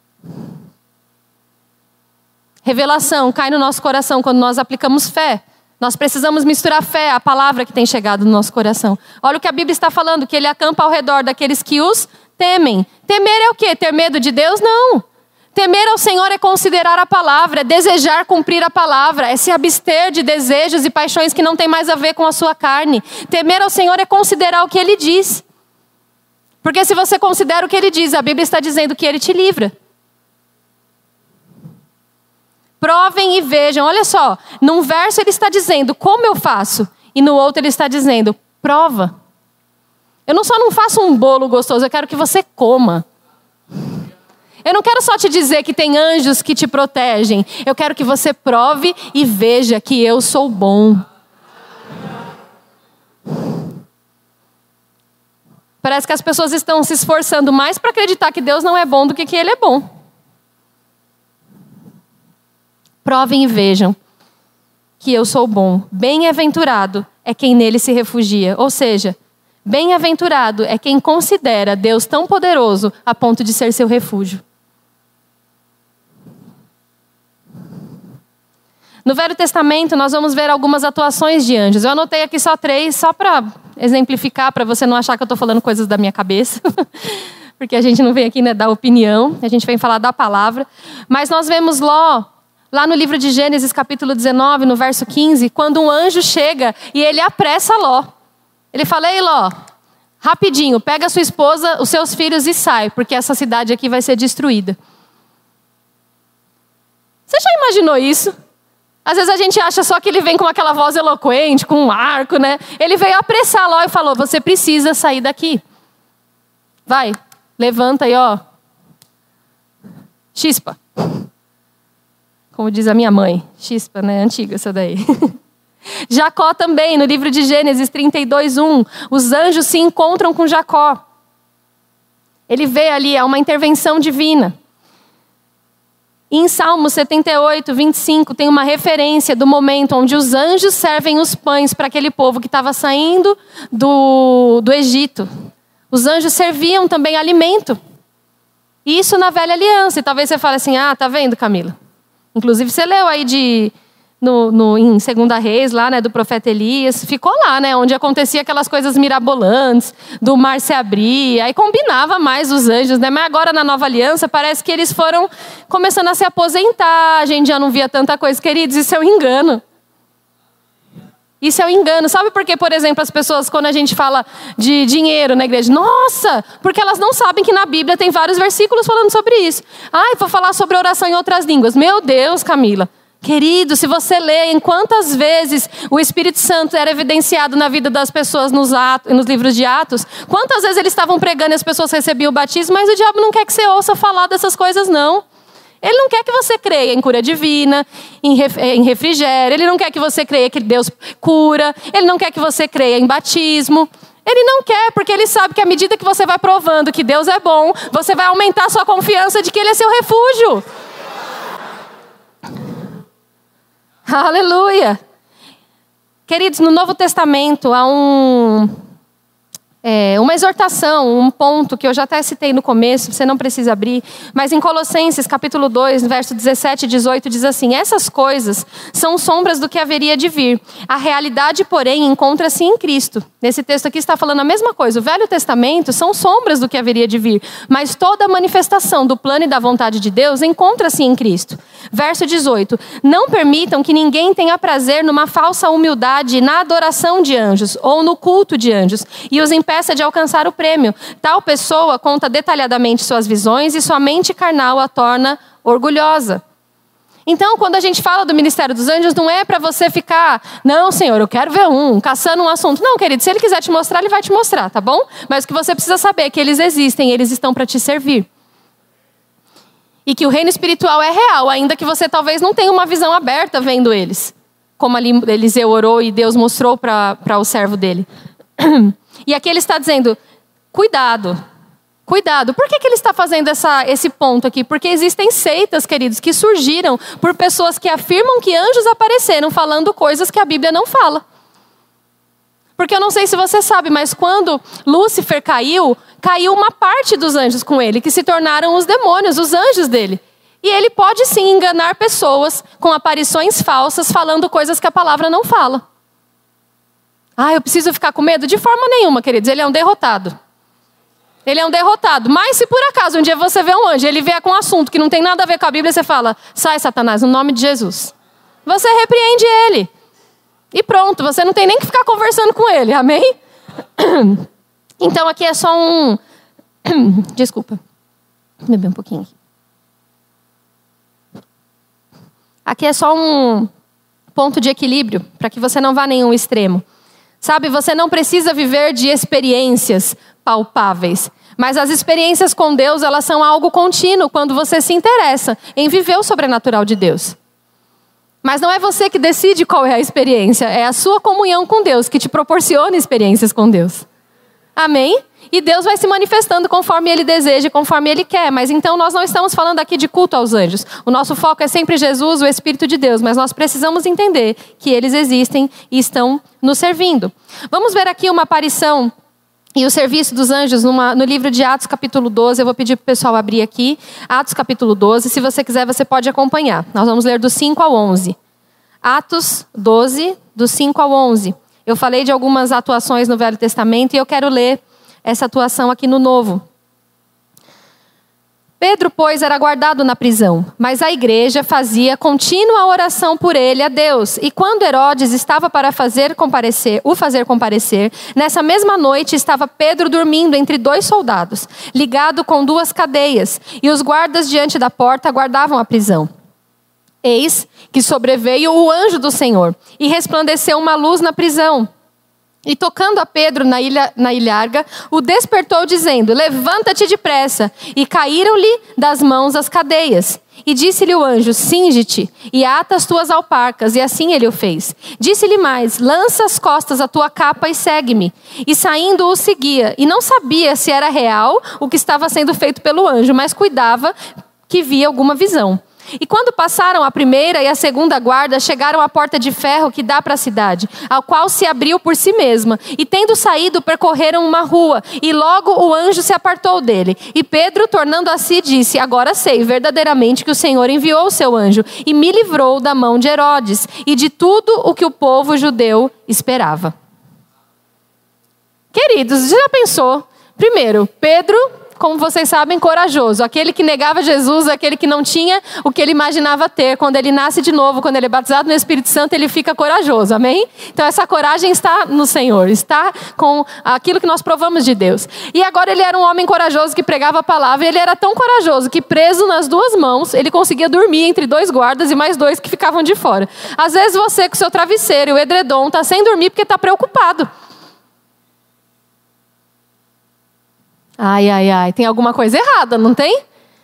Revelação cai no nosso coração quando nós aplicamos fé. Nós precisamos misturar fé, a palavra que tem chegado no nosso coração. Olha o que a Bíblia está falando, que ele acampa ao redor daqueles que os temem. Temer é o quê? Ter medo de Deus? Não. Temer ao Senhor é considerar a palavra, é desejar cumprir a palavra, é se abster de desejos e paixões que não tem mais a ver com a sua carne. Temer ao Senhor é considerar o que Ele diz. Porque se você considera o que Ele diz, a Bíblia está dizendo que Ele te livra. Provem e vejam, olha só, num verso ele está dizendo, como eu faço? E no outro ele está dizendo, prova. Eu não só não faço um bolo gostoso, eu quero que você coma. Eu não quero só te dizer que tem anjos que te protegem. Eu quero que você prove e veja que eu sou bom. Parece que as pessoas estão se esforçando mais para acreditar que Deus não é bom do que que Ele é bom. Provem e vejam que eu sou bom. Bem-aventurado é quem nele se refugia. Ou seja, bem-aventurado é quem considera Deus tão poderoso a ponto de ser seu refúgio. No Velho Testamento, nós vamos ver algumas atuações de anjos. Eu anotei aqui só três, só para exemplificar, para você não achar que eu estou falando coisas da minha cabeça. Porque a gente não vem aqui, né, dar opinião, a gente vem falar da palavra. Mas nós vemos Ló, lá no livro de Gênesis, capítulo dezenove, no verso quinze, quando um anjo chega e ele apressa Ló. Ele fala: ei, Ló, rapidinho, pega a sua esposa, os seus filhos e sai, porque essa cidade aqui vai ser destruída. Você já imaginou isso? Às vezes a gente acha só que ele vem com aquela voz eloquente, com um arco, né? Ele veio apressar Ló e falou: você precisa sair daqui. Vai, levanta aí, ó. Chispa. Como diz a minha mãe. Chispa, né? Antiga essa daí. Jacó também, no livro de Gênesis trinta e dois, um. Os anjos se encontram com Jacó. Ele vê ali, é uma intervenção divina. E em Salmo setenta e oito, vinte e cinco, tem uma referência do momento onde os anjos servem os pães para aquele povo que estava saindo do, do Egito. Os anjos serviam também alimento. Isso na velha aliança. E talvez você fale assim: ah, tá vendo, Camila? Inclusive você leu aí de, no, no, em Segunda Reis, lá, né, do profeta Elias. Ficou lá, né, onde acontecia aquelas coisas mirabolantes, do mar se abrir. Aí combinava mais os anjos, né? Mas agora na nova aliança parece que eles foram começando a se aposentar. A gente já não via tanta coisa. Queridos, isso é um engano. Isso é um engano. Sabe por que, por exemplo, as pessoas, quando a gente fala de dinheiro na igreja, nossa, porque elas não sabem que na Bíblia tem vários versículos falando sobre isso. Ai, vou falar sobre oração em outras línguas. Meu Deus, Camila. Querido, se você lê em quantas vezes o Espírito Santo era evidenciado na vida das pessoas nos, atos, nos livros de Atos, quantas vezes eles estavam pregando e as pessoas recebiam o batismo, mas o diabo não quer que você ouça falar dessas coisas, não. Ele não quer que você creia em cura divina, em refrigério. Ele não quer que você creia que Deus cura. Ele não quer que você creia em batismo. Ele não quer, porque ele sabe que à medida que você vai provando que Deus é bom, você vai aumentar a sua confiança de que Ele é seu refúgio. Aleluia! Queridos, no Novo Testamento há um... É, uma exortação, um ponto que eu já até citei no começo, você não precisa abrir, mas em Colossenses capítulo dois, verso dezessete e dezoito, diz assim: essas coisas são sombras do que haveria de vir. A realidade, porém, encontra-se em Cristo. Nesse texto aqui está falando a mesma coisa. O Velho Testamento são sombras do que haveria de vir, mas toda a manifestação do plano e da vontade de Deus encontra-se em Cristo. Verso dezoito: não permitam que ninguém tenha prazer numa falsa humildade na adoração de anjos ou no culto de anjos e os impeça de alcançar o prêmio. Tal pessoa conta detalhadamente suas visões e sua mente carnal a torna orgulhosa. Então, quando a gente fala do ministério dos anjos, não é para você ficar, não, Senhor, eu quero ver um, caçando um assunto. Não, querido, se Ele quiser te mostrar, Ele vai te mostrar, tá bom? Mas o que você precisa saber é que eles existem, eles estão para te servir. E que o reino espiritual é real, ainda que você talvez não tenha uma visão aberta vendo eles. Como ali Eliseu orou e Deus mostrou para o servo dele. E aqui ele está dizendo, cuidado, cuidado. Por que, que ele está fazendo essa, esse ponto aqui? Porque existem seitas, queridos, que surgiram por pessoas que afirmam que anjos apareceram falando coisas que a Bíblia não fala. Porque eu não sei se você sabe, mas quando Lúcifer caiu, caiu uma parte dos anjos com ele, que se tornaram os demônios, os anjos dele. E ele pode sim enganar pessoas com aparições falsas, falando coisas que a palavra não fala. Ah, eu preciso ficar com medo? De forma nenhuma, queridos. Ele é um derrotado. Ele é um derrotado. Mas se por acaso um dia você vê um anjo, ele vier com um assunto que não tem nada a ver com a Bíblia, você fala, sai, Satanás, no nome de Jesus. Você repreende ele. E pronto, você não tem nem que ficar conversando com ele, amém? Então aqui é só um... Desculpa. Vou beber um pouquinho. Aqui é só um ponto de equilíbrio, para que você não vá a nenhum extremo. Sabe, você não precisa viver de experiências palpáveis. Mas as experiências com Deus, elas são algo contínuo quando você se interessa em viver o sobrenatural de Deus. Mas não é você que decide qual é a experiência. É a sua comunhão com Deus que te proporciona experiências com Deus. Amém? E Deus vai se manifestando conforme Ele deseja, conforme Ele quer. Mas então nós não estamos falando aqui de culto aos anjos. O nosso foco é sempre Jesus, o Espírito de Deus. Mas nós precisamos entender que eles existem e estão nos servindo. Vamos ver aqui uma aparição e o serviço dos anjos numa, no livro de Atos capítulo doze. Eu vou pedir para o pessoal abrir aqui. Atos capítulo doze. Se você quiser, você pode acompanhar. Nós vamos ler do cinco ao onze. Atos doze, do cinco ao onze. Eu falei de algumas atuações no Velho Testamento e eu quero ler essa atuação aqui no Novo. Pedro, pois, era guardado na prisão, mas a igreja fazia contínua oração por ele a Deus. E quando Herodes estava para fazer comparecer, o fazer comparecer, nessa mesma noite estava Pedro dormindo entre dois soldados, ligado com duas cadeias, e os guardas diante da porta guardavam a prisão. Eis que sobreveio o anjo do Senhor, e resplandeceu uma luz na prisão. E tocando a Pedro na, ilha, na ilharga, o despertou dizendo, levanta-te depressa. E caíram-lhe das mãos as cadeias. E disse-lhe o anjo, cinge-te e ata as tuas alparcas. E assim ele o fez. Disse-lhe mais, lança as costas a tua capa e segue-me. E saindo o seguia. E não sabia se era real o que estava sendo feito pelo anjo, mas cuidava que via alguma visão. E quando passaram a primeira e a segunda guarda, chegaram à porta de ferro que dá para a cidade, a qual se abriu por si mesma. E tendo saído, percorreram uma rua, e logo o anjo se apartou dele. E Pedro, tornando a si, disse, agora sei verdadeiramente que o Senhor enviou o seu anjo, e me livrou da mão de Herodes, e de tudo o que o povo judeu esperava. Queridos, já pensou? Primeiro, Pedro, como vocês sabem, corajoso. Aquele que negava Jesus, aquele que não tinha o que ele imaginava ter. Quando ele nasce de novo, quando ele é batizado no Espírito Santo, ele fica corajoso, amém? Então essa coragem está no Senhor, está com aquilo que nós provamos de Deus. E agora ele era um homem corajoso que pregava a palavra, e ele era tão corajoso que preso nas duas mãos, ele conseguia dormir entre dois guardas e mais dois que ficavam de fora. Às vezes você com o seu travesseiro e o edredom está sem dormir porque está preocupado. Ai, ai, ai, tem alguma coisa errada, não tem?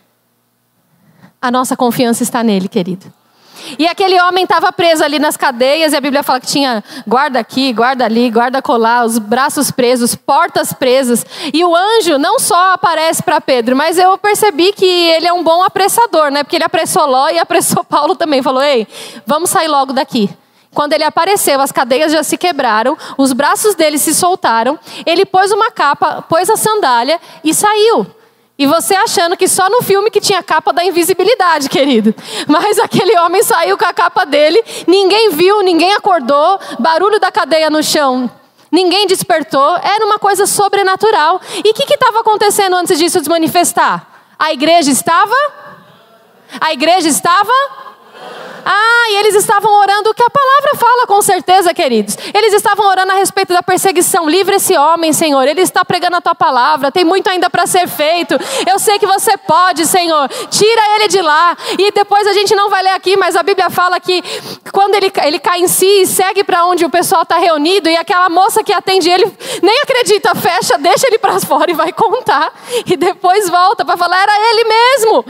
A nossa confiança está nele, querido. E aquele homem estava preso ali nas cadeias, e a Bíblia fala que tinha guarda aqui, guarda ali, guarda colar, os braços presos, portas presas. E o anjo não só aparece para Pedro, mas eu percebi que ele é um bom apressador, né? Porque ele apressou Ló e apressou Paulo também. Falou, ei, vamos sair logo daqui. Quando ele apareceu, as cadeias já se quebraram, os braços dele se soltaram, ele pôs uma capa, pôs a sandália e saiu. E você achando que só no filme que tinha a capa da invisibilidade, querido. Mas aquele homem saiu com a capa dele, ninguém viu, ninguém acordou, barulho da cadeia no chão, ninguém despertou, era uma coisa sobrenatural. E o que estava acontecendo antes disso se manifestar? A igreja estava? A igreja estava? Ah, e eles estavam orando o que a palavra fala, com certeza, queridos. Eles estavam orando a respeito da perseguição. Livra esse homem, Senhor. Ele está pregando a tua palavra. Tem muito ainda para ser feito. Eu sei que você pode, Senhor. Tira ele de lá. E depois a gente não vai ler aqui, mas a Bíblia fala que quando ele, ele cai em si e segue para onde o pessoal está reunido, e aquela moça que atende ele nem acredita, fecha, deixa ele para fora e vai contar. E depois volta para falar, era ele mesmo.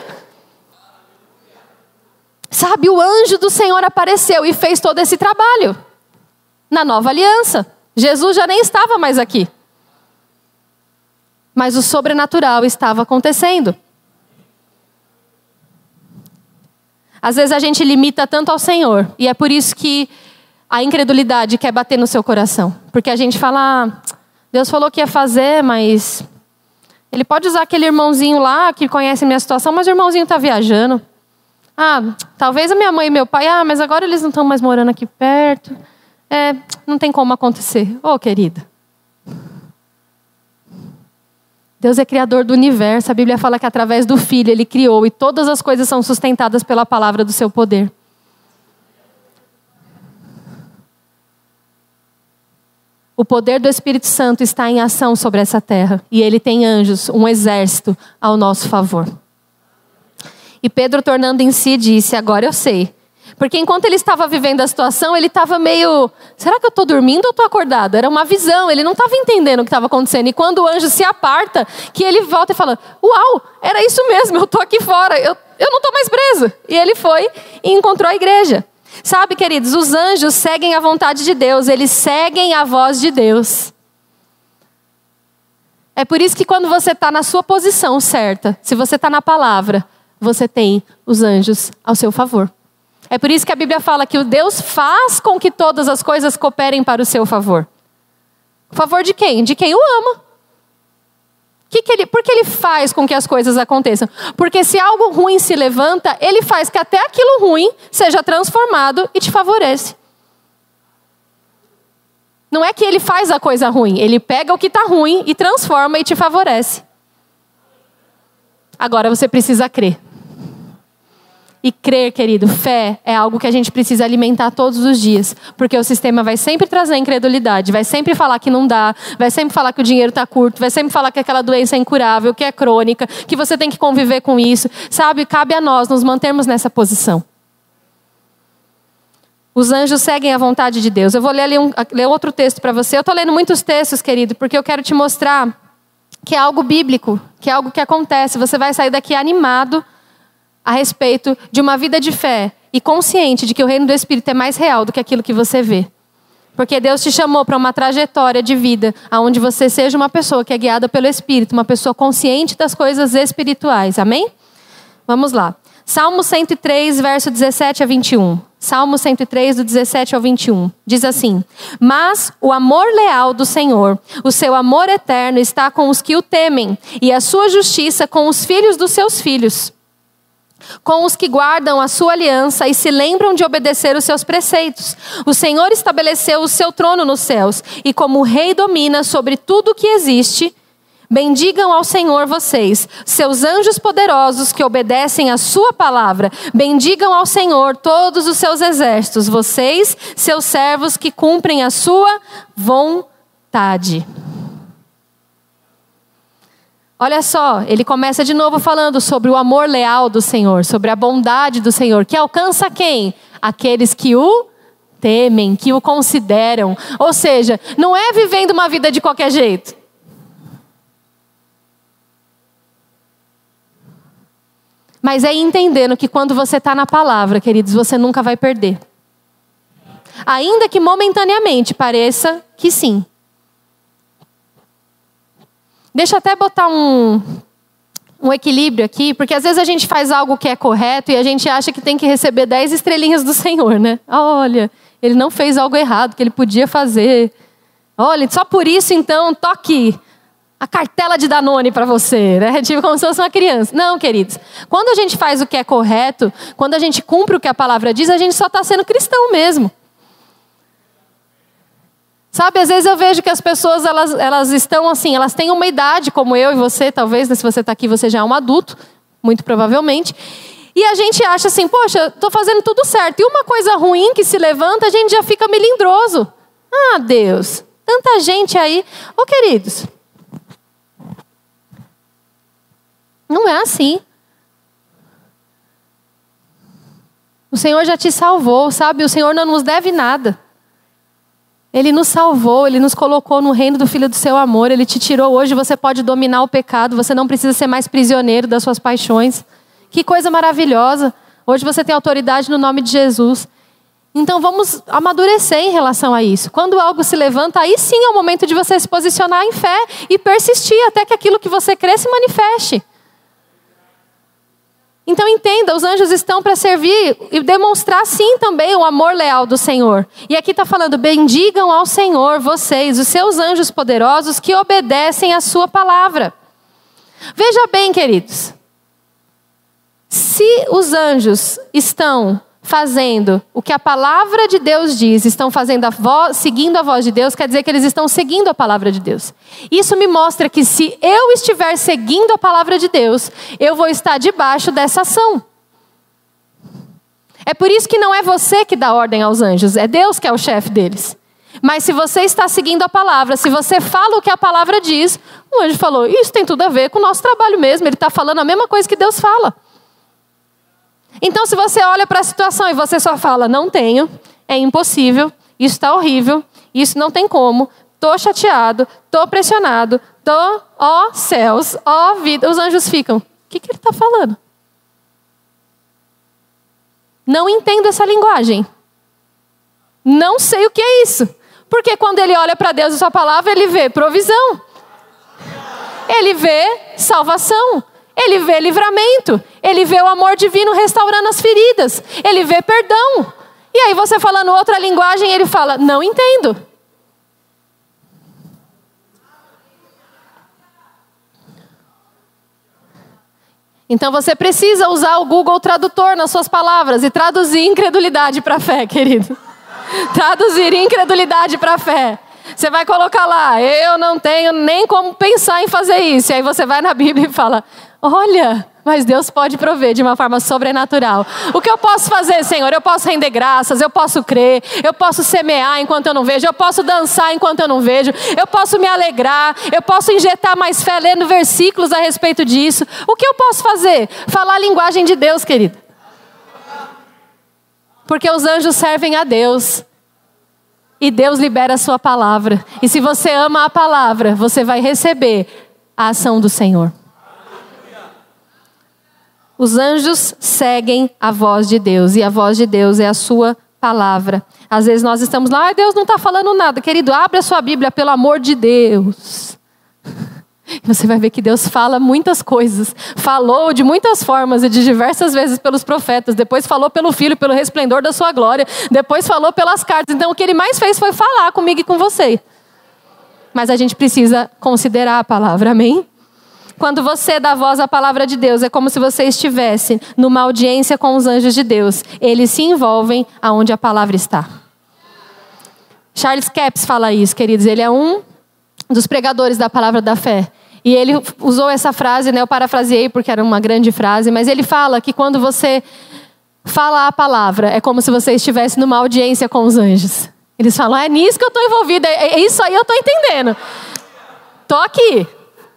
Sabe, o anjo do Senhor apareceu e fez todo esse trabalho. Na nova aliança. Jesus já nem estava mais aqui. Mas o sobrenatural estava acontecendo. Às vezes a gente limita tanto ao Senhor. E é por isso que a incredulidade quer bater no seu coração. Porque a gente fala, ah, Deus falou que ia fazer, mas Ele pode usar aquele irmãozinho lá que conhece a minha situação, mas o irmãozinho está viajando. Ah, talvez a minha mãe e meu pai, ah, mas agora eles não estão mais morando aqui perto. É, não tem como acontecer. Ô, oh, querida. Deus é criador do universo. A Bíblia fala que através do Filho Ele criou. E todas as coisas são sustentadas pela palavra do seu poder. O poder do Espírito Santo está em ação sobre essa terra. E Ele tem anjos, um exército ao nosso favor. E Pedro, tornando em si, disse, agora eu sei. Porque enquanto ele estava vivendo a situação, ele estava meio, será que eu estou dormindo ou estou acordado? Era uma visão, ele não estava entendendo o que estava acontecendo. E quando o anjo se aparta, que ele volta e fala, uau, era isso mesmo, eu estou aqui fora, eu, eu não estou mais preso. E ele foi e encontrou a igreja. Sabe, queridos, os anjos seguem a vontade de Deus, eles seguem a voz de Deus. É por isso que quando você está na sua posição certa, se você está na palavra, você tem os anjos ao seu favor. É por isso que a Bíblia fala que o Deus faz com que todas as coisas cooperem para o seu favor. Favor de quem? De quem o ama. Que que ele, por que ele faz com que as coisas aconteçam? Porque se algo ruim se levanta, ele faz que até aquilo ruim seja transformado e te favorece. Não é que ele faz a coisa ruim, ele pega o que está ruim e transforma e te favorece. Agora você precisa crer. E crer, querido, fé é algo que a gente precisa alimentar todos os dias. Porque o sistema vai sempre trazer incredulidade, vai sempre falar que não dá, vai sempre falar que o dinheiro está curto, vai sempre falar que aquela doença é incurável, que é crônica, que você tem que conviver com isso. Sabe, cabe a nós nos mantermos nessa posição. Os anjos seguem a vontade de Deus. Eu vou ler, ali um, ler outro texto para você. Eu estou lendo muitos textos, querido, porque eu quero te mostrar que é algo bíblico, que é algo que acontece. Você vai sair daqui animado a respeito de uma vida de fé e consciente de que o reino do Espírito é mais real do que aquilo que você vê. Porque Deus te chamou para uma trajetória de vida onde você seja uma pessoa que é guiada pelo Espírito, uma pessoa consciente das coisas espirituais. Amém? Vamos lá. Salmo cento e três, verso dezessete a vinte e um. Salmo cento e três, do dezessete ao vinte e um. Diz assim: mas o amor leal do Senhor, o seu amor eterno está com os que o temem, e a sua justiça com os filhos dos seus filhos, com os que guardam a sua aliança e se lembram de obedecer os seus preceitos. O Senhor estabeleceu o seu trono nos céus, e como rei domina sobre tudo o que existe. Bendigam ao Senhor vocês, seus anjos poderosos que obedecem a sua palavra. Bendigam ao Senhor todos os seus exércitos, vocês, seus servos que cumprem a sua vontade. Olha só, ele começa de novo falando sobre o amor leal do Senhor, sobre a bondade do Senhor, que alcança quem? Aqueles que o temem, que o consideram. Ou seja, não é vivendo uma vida de qualquer jeito. Mas é entendendo que quando você está na palavra, queridos, você nunca vai perder. Ainda que momentaneamente pareça que sim. Deixa eu até botar um, um equilíbrio aqui, porque às vezes a gente faz algo que é correto e a gente acha que tem que receber dez estrelinhas do Senhor, né? Olha, ele não fez algo errado que ele podia fazer. Olha, só por isso então toque a cartela de Danone para você, né? Tipo como se fosse uma criança. Não, queridos. Quando a gente faz o que é correto, quando a gente cumpre o que a palavra diz, a gente só está sendo cristão mesmo. Sabe, às vezes eu vejo que as pessoas, elas, elas estão assim, elas têm uma idade, como eu e você, talvez, né? Se você está aqui, você já é um adulto, muito provavelmente. E a gente acha assim, poxa, estou fazendo tudo certo. E uma coisa ruim que se levanta, a gente já fica melindroso. Ah, Deus, tanta gente aí. Ô, queridos, não é assim. O Senhor já te salvou, sabe? O Senhor não nos deve nada. Ele nos salvou, Ele nos colocou no reino do Filho do seu amor. Ele te tirou hoje, você pode dominar o pecado. Você não precisa ser mais prisioneiro das suas paixões. Que coisa maravilhosa. Hoje você tem autoridade no nome de Jesus. Então vamos amadurecer em relação a isso. Quando algo se levanta, aí sim é o momento de você se posicionar em fé e persistir até que aquilo que você crê se manifeste. Então entenda, os anjos estão para servir e demonstrar sim também o amor leal do Senhor. E aqui está falando, bendigam ao Senhor vocês, os seus anjos poderosos que obedecem a sua palavra. Veja bem, queridos, se os anjos estão fazendo o que a palavra de Deus diz, estão fazendo a voz, seguindo a voz de Deus, quer dizer que eles estão seguindo a palavra de Deus. Isso me mostra que se eu estiver seguindo a palavra de Deus, eu vou estar debaixo dessa ação. É por isso que não é você que dá ordem aos anjos, é Deus que é o chefe deles. Mas se você está seguindo a palavra, se você fala o que a palavra diz, o anjo falou, isso tem tudo a ver com o nosso trabalho mesmo, ele está falando a mesma coisa que Deus fala. Então, se você olha para a situação e você só fala, não tenho, é impossível, isso está horrível, isso não tem como, estou chateado, estou pressionado, estou, ó céus, ó vida, os anjos ficam, o que, que ele está falando? Não entendo essa linguagem. Não sei o que é isso. Porque quando ele olha para Deus e sua palavra, ele vê provisão. ele vê salvação, ele vê livramento, ele vê o amor divino restaurando as feridas, ele vê perdão. E aí você falando outra linguagem, ele fala, não entendo. Então você precisa usar o Google Tradutor nas suas palavras e traduzir incredulidade para fé, querido. Traduzir incredulidade para fé. Você vai colocar lá, eu não tenho nem como pensar em fazer isso. E aí você vai na Bíblia e fala, olha, mas Deus pode prover de uma forma sobrenatural. O que eu posso fazer, Senhor? Eu posso render graças, eu posso crer, eu posso semear enquanto eu não vejo, eu posso dançar enquanto eu não vejo, eu posso me alegrar, eu posso injetar mais fé lendo versículos a respeito disso. O que eu posso fazer? Falar a linguagem de Deus, querido. Porque os anjos servem a Deus. E Deus libera a sua palavra. E se você ama a palavra, você vai receber a ação do Senhor. Os anjos seguem a voz de Deus. E a voz de Deus é a sua palavra. Às vezes nós estamos lá, ah, Deus não está falando nada. Querido, abre a sua Bíblia, pelo amor de Deus. Você vai ver que Deus fala muitas coisas. Falou de muitas formas e de diversas vezes pelos profetas. Depois falou pelo Filho, pelo resplendor da sua glória. Depois falou pelas cartas. Então o que ele mais fez foi falar comigo e com você. Mas a gente precisa considerar a palavra, amém? Quando você dá voz à palavra de Deus, é como se você estivesse numa audiência com os anjos de Deus. Eles se envolvem aonde a palavra está. Charles Capps fala isso, queridos. Ele é um dos pregadores da palavra da fé. E ele usou essa frase, né? Eu parafraseei porque era uma grande frase, mas ele fala que quando você fala a palavra, é como se você estivesse numa audiência com os anjos. Eles falam, é nisso que eu estou envolvida, é isso aí eu estou entendendo. Estou aqui.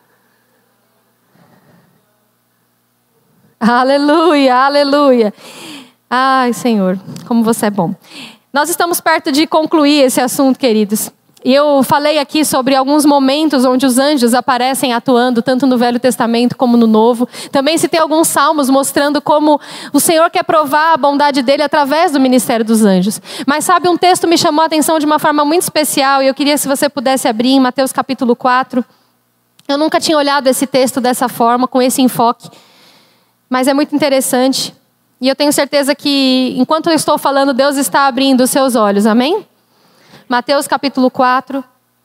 Aleluia, aleluia. Ai, Senhor, como você é bom. Nós estamos perto de concluir esse assunto, queridos. E eu falei aqui sobre alguns momentos onde os anjos aparecem atuando, tanto no Velho Testamento como no Novo. Também citei alguns salmos mostrando como o Senhor quer provar a bondade dele através do ministério dos anjos. Mas sabe, um texto me chamou a atenção de uma forma muito especial e eu queria se você pudesse abrir em Mateus capítulo quatro. Eu nunca tinha olhado esse texto dessa forma, com esse enfoque. Mas é muito interessante. E eu tenho certeza que, enquanto eu estou falando, Deus está abrindo os seus olhos. Amém? Mateus capítulo quatro.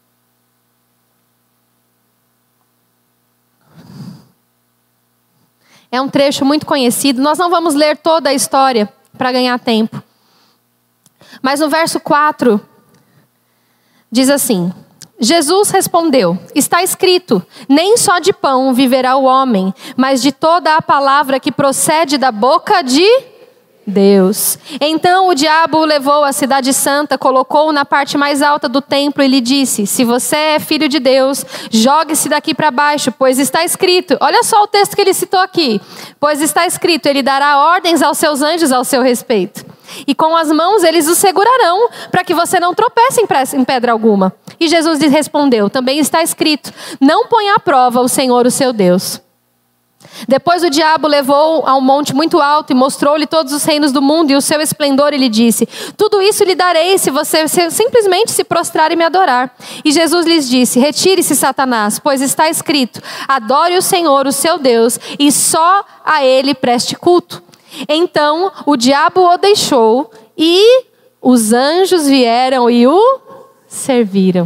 É um trecho muito conhecido. Nós não vamos ler toda a história para ganhar tempo. Mas no verso quatro, diz assim: Jesus respondeu, está escrito, nem só de pão viverá o homem, mas de toda a palavra que procede da boca de Deus. Então o diabo o levou à cidade santa, colocou-o na parte mais alta do templo e lhe disse, se você é filho de Deus, jogue-se daqui para baixo, pois está escrito, olha só o texto que ele citou aqui, pois está escrito, ele dará ordens aos seus anjos ao seu respeito. E com as mãos eles o segurarão, para que você não tropece em pedra alguma. E Jesus lhe respondeu, também está escrito, não ponha à prova o Senhor, o seu Deus. Depois o diabo levou a um monte muito alto e mostrou-lhe todos os reinos do mundo e o seu esplendor, e lhe disse, tudo isso lhe darei se você simplesmente se prostrar e me adorar. E Jesus lhes disse, retire-se, Satanás, pois está escrito, adore o Senhor, o seu Deus, e só a ele preste culto. Então o diabo o deixou e os anjos vieram e o serviram.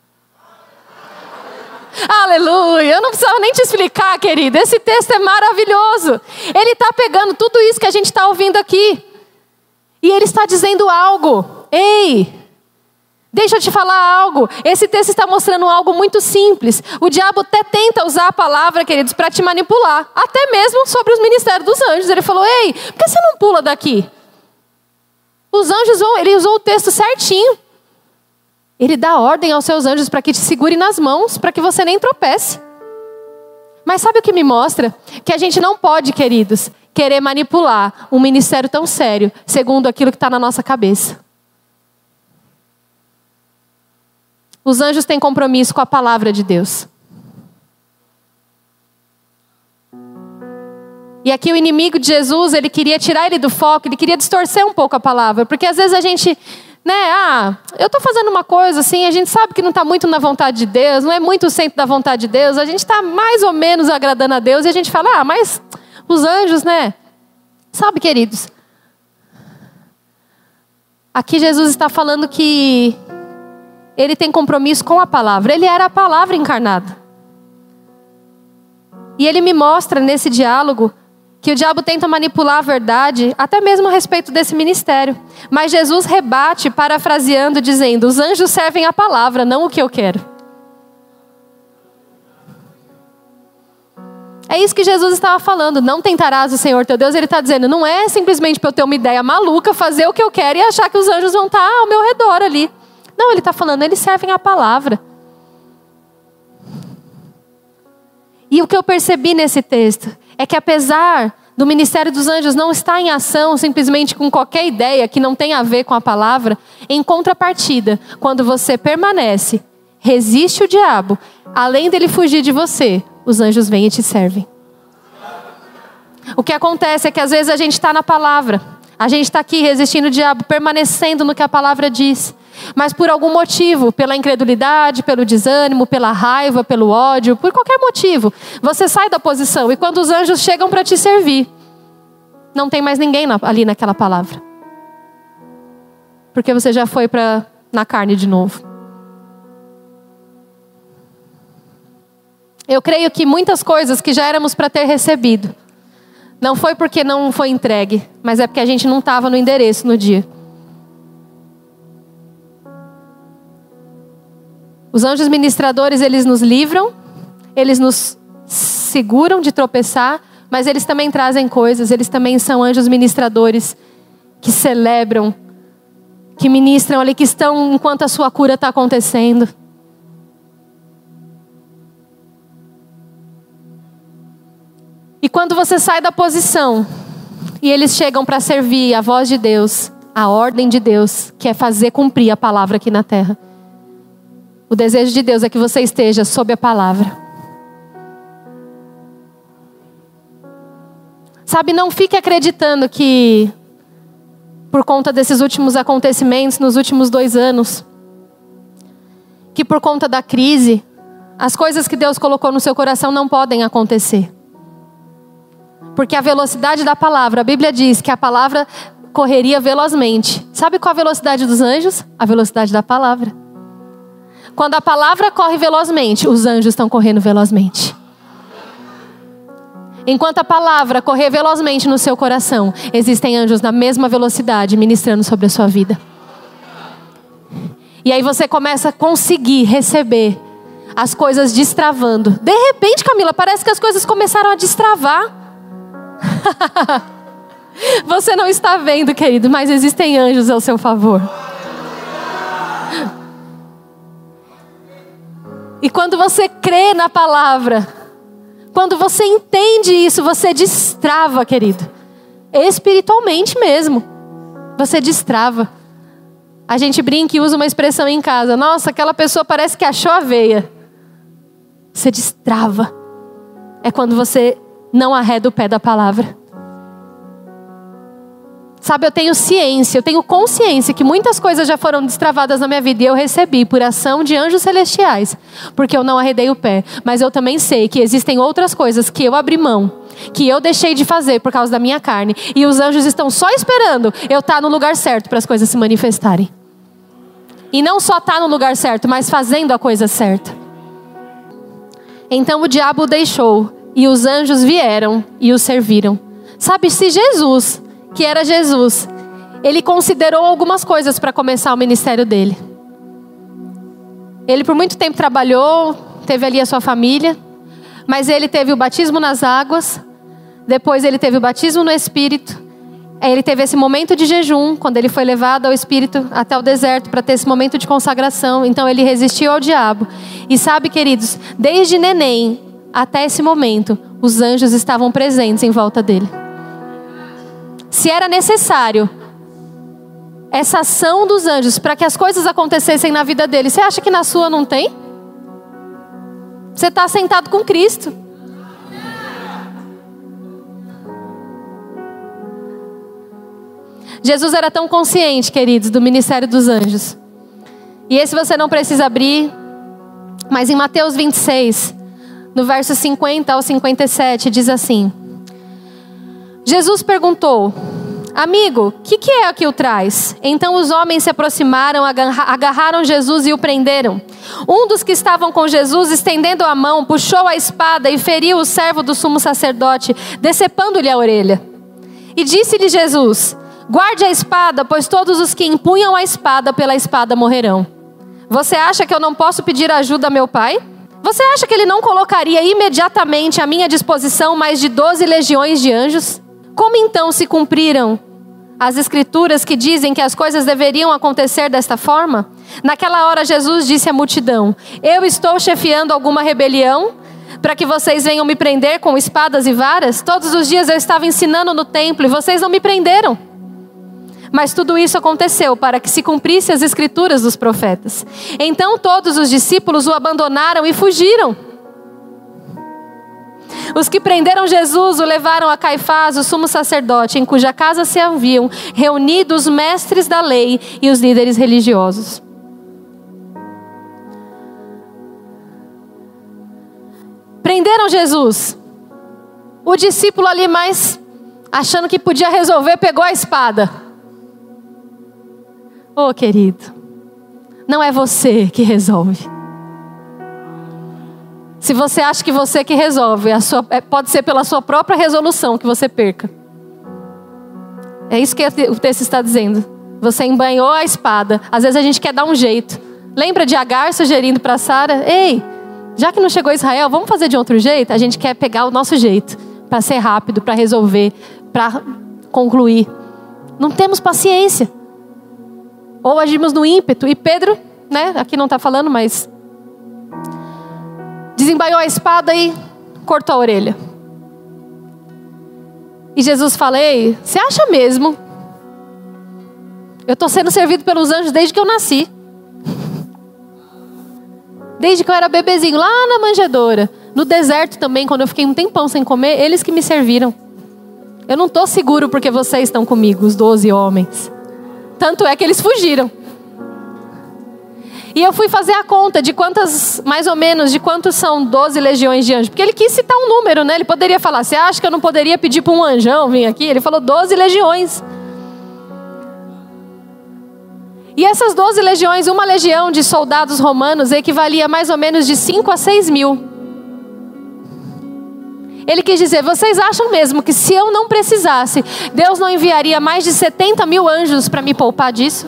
Aleluia, eu não precisava nem te explicar, querido, esse texto é maravilhoso. Ele está pegando tudo isso que a gente está ouvindo aqui e ele está dizendo algo. Ei, deixa eu te falar algo. Esse texto está mostrando algo muito simples. O diabo até tenta usar a palavra, queridos, para te manipular, até mesmo sobre os ministérios dos anjos. Ele falou, ei, por que você não pula daqui? Os anjos vão, ele usou o texto certinho. Ele dá ordem aos seus anjos para que te segure nas mãos, para que você nem tropece. Mas sabe o que me mostra? Que a gente não pode, queridos, querer manipular um ministério tão sério, segundo aquilo que está na nossa cabeça. Os anjos têm compromisso com a palavra de Deus. E aqui o inimigo de Jesus, ele queria tirar ele do foco, ele queria distorcer um pouco a palavra, porque às vezes a gente né? Ah, eu estou fazendo uma coisa assim, a gente sabe que não está muito na vontade de Deus, não é muito o centro da vontade de Deus, a gente está mais ou menos agradando a Deus e a gente fala, ah, mas os anjos, né? Sabe, queridos, aqui Jesus está falando que Ele tem compromisso com a palavra. Ele era a palavra encarnada. E Ele me mostra nesse diálogo que o diabo tenta manipular a verdade, até mesmo a respeito desse ministério. Mas Jesus rebate, parafraseando, dizendo, os anjos servem a palavra, não o que eu quero. É isso que Jesus estava falando, não tentarás o Senhor teu Deus. Ele está dizendo, não é simplesmente para eu ter uma ideia maluca, fazer o que eu quero e achar que os anjos vão estar ao meu redor ali. Não, ele está falando, eles servem a palavra. E o que eu percebi nesse texto é que apesar do ministério dos anjos não estar em ação simplesmente com qualquer ideia que não tem a ver com a palavra, em contrapartida, quando você permanece, resiste o diabo, além dele fugir de você, os anjos vêm e te servem. O que acontece é que às vezes a gente está na palavra, a gente está aqui resistindo o diabo, permanecendo no que a palavra diz. Mas por algum motivo, pela incredulidade, pelo desânimo, pela raiva, pelo ódio, por qualquer motivo, você sai da posição e quando os anjos chegam para te servir, não tem mais ninguém na, ali naquela palavra. Porque você já foi pra, na carne de novo. Eu creio que muitas coisas que já éramos para ter recebido, não foi porque não foi entregue, mas é porque a gente não estava no endereço no dia. Os anjos ministradores, eles nos livram, eles nos seguram de tropeçar, mas eles também trazem coisas, eles também são anjos ministradores que celebram, que ministram ali, que estão enquanto a sua cura está acontecendo. E quando você sai da posição, e eles chegam para servir a voz de Deus, a ordem de Deus, que é fazer cumprir a palavra aqui na terra. O desejo de Deus é que você esteja sob a palavra. Sabe, não fique acreditando que, por conta desses últimos acontecimentos, nos últimos dois anos, que por conta da crise, as coisas que Deus colocou no seu coração não podem acontecer. Porque a velocidade da palavra, a Bíblia diz que a palavra correria velozmente. Sabe qual a velocidade dos anjos? A velocidade da palavra. Quando a palavra corre velozmente, os anjos estão correndo velozmente. Enquanto a palavra correr velozmente no seu coração, existem anjos na mesma velocidade ministrando sobre a sua vida. E aí você começa a conseguir receber as coisas destravando. De repente, Camila, parece que as coisas começaram a destravar. Você não está vendo, querido, mas existem anjos ao seu favor. E quando você crê na palavra, quando você entende isso, você destrava, querido. Espiritualmente mesmo. Você destrava. A gente brinca e usa uma expressão em casa. Nossa, aquela pessoa parece que achou a veia. Você destrava. É quando você não arreda o pé da palavra. Sabe, eu tenho ciência, eu tenho consciência que muitas coisas já foram destravadas na minha vida e eu recebi por ação de anjos celestiais, porque eu não arredei o pé. Mas eu também sei que existem outras coisas que eu abri mão, que eu deixei de fazer por causa da minha carne, e os anjos estão só esperando eu estar no lugar certo para as coisas se manifestarem. E não só estar no lugar certo, mas fazendo a coisa certa. Então o diabo o deixou e os anjos vieram e o serviram. Sabe, se Jesus, que era Jesus, ele considerou algumas coisas para começar o ministério dele. Ele por muito tempo trabalhou, teve ali a sua família, mas ele teve o batismo nas águas, depois ele teve o batismo no Espírito, aí ele teve esse momento de jejum, quando ele foi levado ao Espírito até o deserto para ter esse momento de consagração. Então ele resistiu ao diabo. E sabe, queridos, desde neném até esse momento, os anjos estavam presentes em volta dele. Se era necessário essa ação dos anjos para que as coisas acontecessem na vida dele, você acha que na sua não tem? Você está sentado com Cristo. Jesus era tão consciente, queridos, do ministério dos anjos. E esse você não precisa abrir, mas em Mateus vinte e seis, no verso cinquenta ao cinquenta e sete, diz assim: Jesus perguntou: amigo, o que, que é que o traz? Então os homens se aproximaram, agarraram Jesus e o prenderam. Um dos que estavam com Jesus, estendendo a mão, puxou a espada e feriu o servo do sumo sacerdote, decepando-lhe a orelha. E disse-lhe Jesus: guarde a espada, pois todos os que empunham a espada pela espada morrerão. Você acha que eu não posso pedir ajuda a meu pai? Você acha que ele não colocaria imediatamente à minha disposição mais de doze legiões de anjos? Como então se cumpriram as escrituras que dizem que as coisas deveriam acontecer desta forma? Naquela hora Jesus disse à multidão: eu estou chefiando alguma rebelião para que vocês venham me prender com espadas e varas? Todos os dias eu estava ensinando no templo e vocês não me prenderam. Mas tudo isso aconteceu para que se cumprisse as escrituras dos profetas. Então todos os discípulos o abandonaram e fugiram. Os que prenderam Jesus o levaram a Caifás, o sumo sacerdote, em cuja casa se haviam reunido os mestres da lei e os líderes religiosos. Prenderam Jesus. O discípulo ali mais achando que podia resolver, pegou a espada. Oh, querido, não é você que resolve. Se você acha que você que resolve, a sua, pode ser pela sua própria resolução que você perca. É isso que o texto está dizendo. Você embanhou a espada. Às vezes a gente quer dar um jeito. Lembra de Agar sugerindo para Sara: ei, já que não chegou Israel, vamos fazer de outro jeito? A gente quer pegar o nosso jeito, para ser rápido, para resolver, para concluir. Não temos paciência. Ou agimos no ímpeto. E Pedro, né, aqui não está falando, mas desembaiou a espada e cortou a orelha. E Jesus fala: ei, você acha mesmo? Eu estou sendo servido pelos anjos desde que eu nasci. Desde que eu era bebezinho, lá na manjedoura. No deserto também, quando eu fiquei um tempão sem comer, eles que me serviram. Eu não estou seguro porque vocês estão comigo, os doze homens. Tanto é que eles fugiram. E eu fui fazer a conta de quantas, mais ou menos, de quantos são doze legiões de anjos. Porque ele quis citar um número, né? Ele poderia falar: você acha que eu não poderia pedir para um anjão vir aqui? Ele falou doze legiões. E essas doze legiões, uma legião de soldados romanos equivalia mais ou menos de cinco a seis mil. Ele quis dizer: vocês acham mesmo que se eu não precisasse, Deus não enviaria mais de setenta mil anjos para me poupar disso?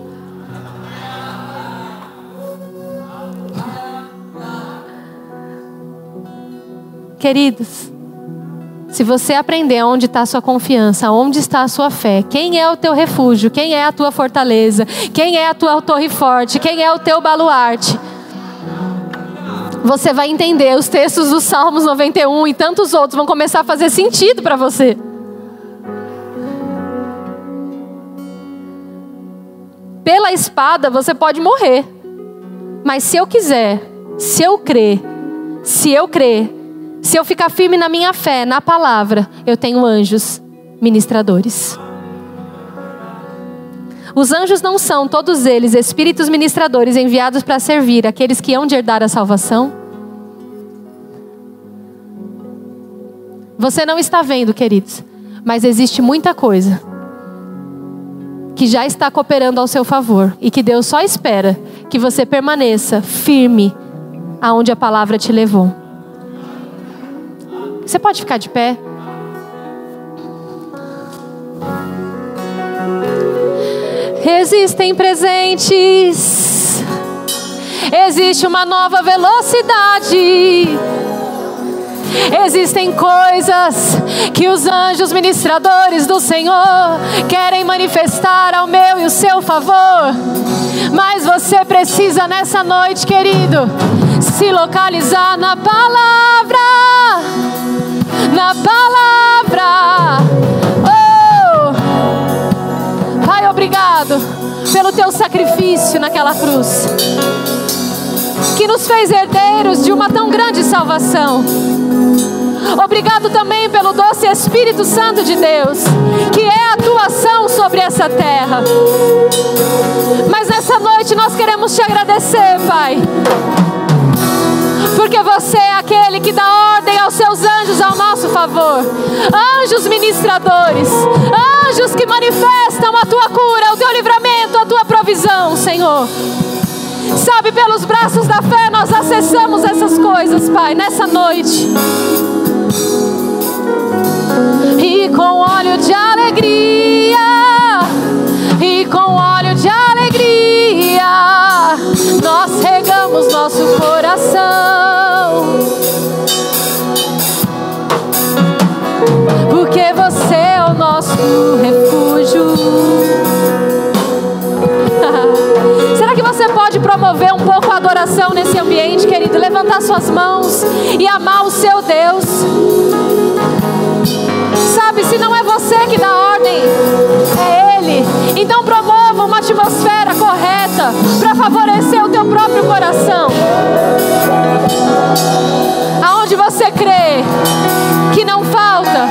Queridos, se você aprender onde está a sua confiança, onde está a sua fé, quem é o teu refúgio, quem é a tua fortaleza, quem é a tua torre forte, quem é o teu baluarte, você vai entender os textos dos Salmos noventa e um e tantos outros vão começar a fazer sentido para você. Pela espada você pode morrer, mas se eu quiser, se eu crer, se eu crer, se eu ficar firme na minha fé, na palavra, eu tenho anjos ministradores. Os anjos não são, todos eles, espíritos ministradores enviados para servir aqueles que hão de herdar a salvação? Você não está vendo, queridos, mas existe muita coisa que já está cooperando ao seu favor e que Deus só espera que você permaneça firme aonde a palavra te levou. Você pode ficar de pé? Existem presentes, existe uma nova velocidade, existem coisas que os anjos ministradores do Senhor querem manifestar ao meu e o seu favor. Mas você precisa nessa noite, querido, se localizar na palavra, na palavra. Oh, Pai, obrigado pelo teu sacrifício naquela cruz, que nos fez herdeiros de uma tão grande salvação. Obrigado também pelo doce Espírito Santo de Deus, que é a tua ação sobre essa terra. Mas nessa noite nós queremos te agradecer, Pai, porque você é aquele que dá ordem aos seus anjos ao nosso favor. Anjos ministradores, anjos que manifestam a tua cura, o teu livramento, a tua provisão, Senhor. Sabe, pelos braços da fé nós acessamos essas coisas, Pai, nessa noite. E com óleo de alegria, e com óleo de alegria, nós regamos nosso coração, porque você é o nosso refúgio. Será que você pode promover um pouco a adoração nesse ambiente, querido? Levantar suas mãos e amar o seu Deus. Sabe, se não é você que dá ordem, é Ele. Então promova uma atmosfera correta para favorecer o teu próprio coração. Aonde você crê que não falta.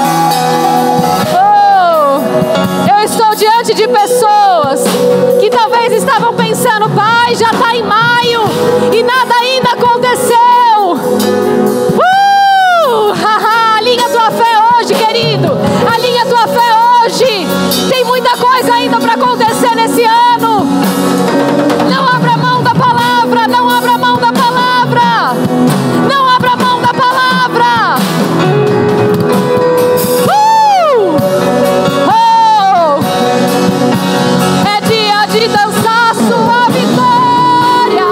Oh, eu estou diante de pessoas que talvez estavam pensando: Pai, já está em maio e nada ainda aconteceu. Uh, haha, alinha tua fé hoje, querido. Alinha tua fé hoje. Tem muita coisa ainda para acontecer nesse ano. Não abra mão da palavra. Não abra mão da palavra. Não abra mão da palavra. Uh! Oh! É dia de dançar sua vitória.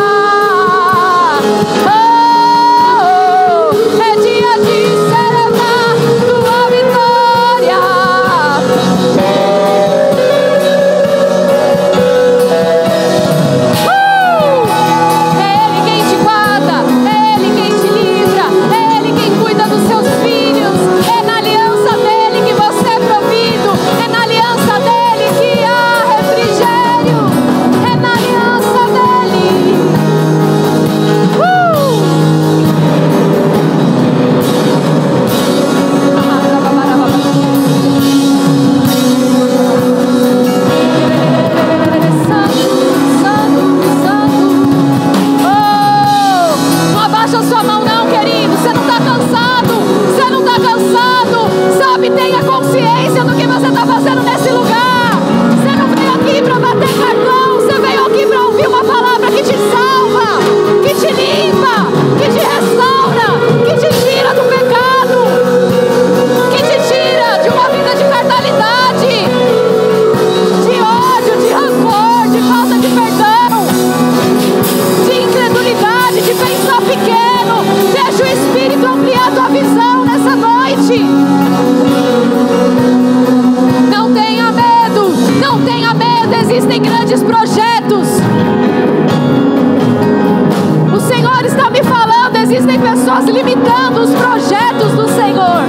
Oh! É dia de celebrar tua vitória. Uh! É Ele quem te guarda, é Ele quem te livra, é Ele quem cuida dos seus filhos. É na aliança dele que você é provido, é na aliança dele que há refrigério, é na aliança dele. Santo, santo, santo. Oh, não abaixa sua mão não, querido. Você não está cansado. Você não está cansado. Sabe, tenha consciência do que você está fazendo nesse lugar. Você não veio aqui para bater cartão. Você veio aqui para ouvir uma palavra que te salva, que te limpa, que te restaura, que te tira do pecado, que te tira de uma vida de carnalidade, de ódio, de rancor, de falta de perdão, de incredulidade, de pensar pequeno. Deixa o Espírito ampliar tua visão nessa noite. Não tenha medo, não tenha medo. Existem grandes projetos. O Senhor está me falando, existem pessoas limitando os projetos do Senhor.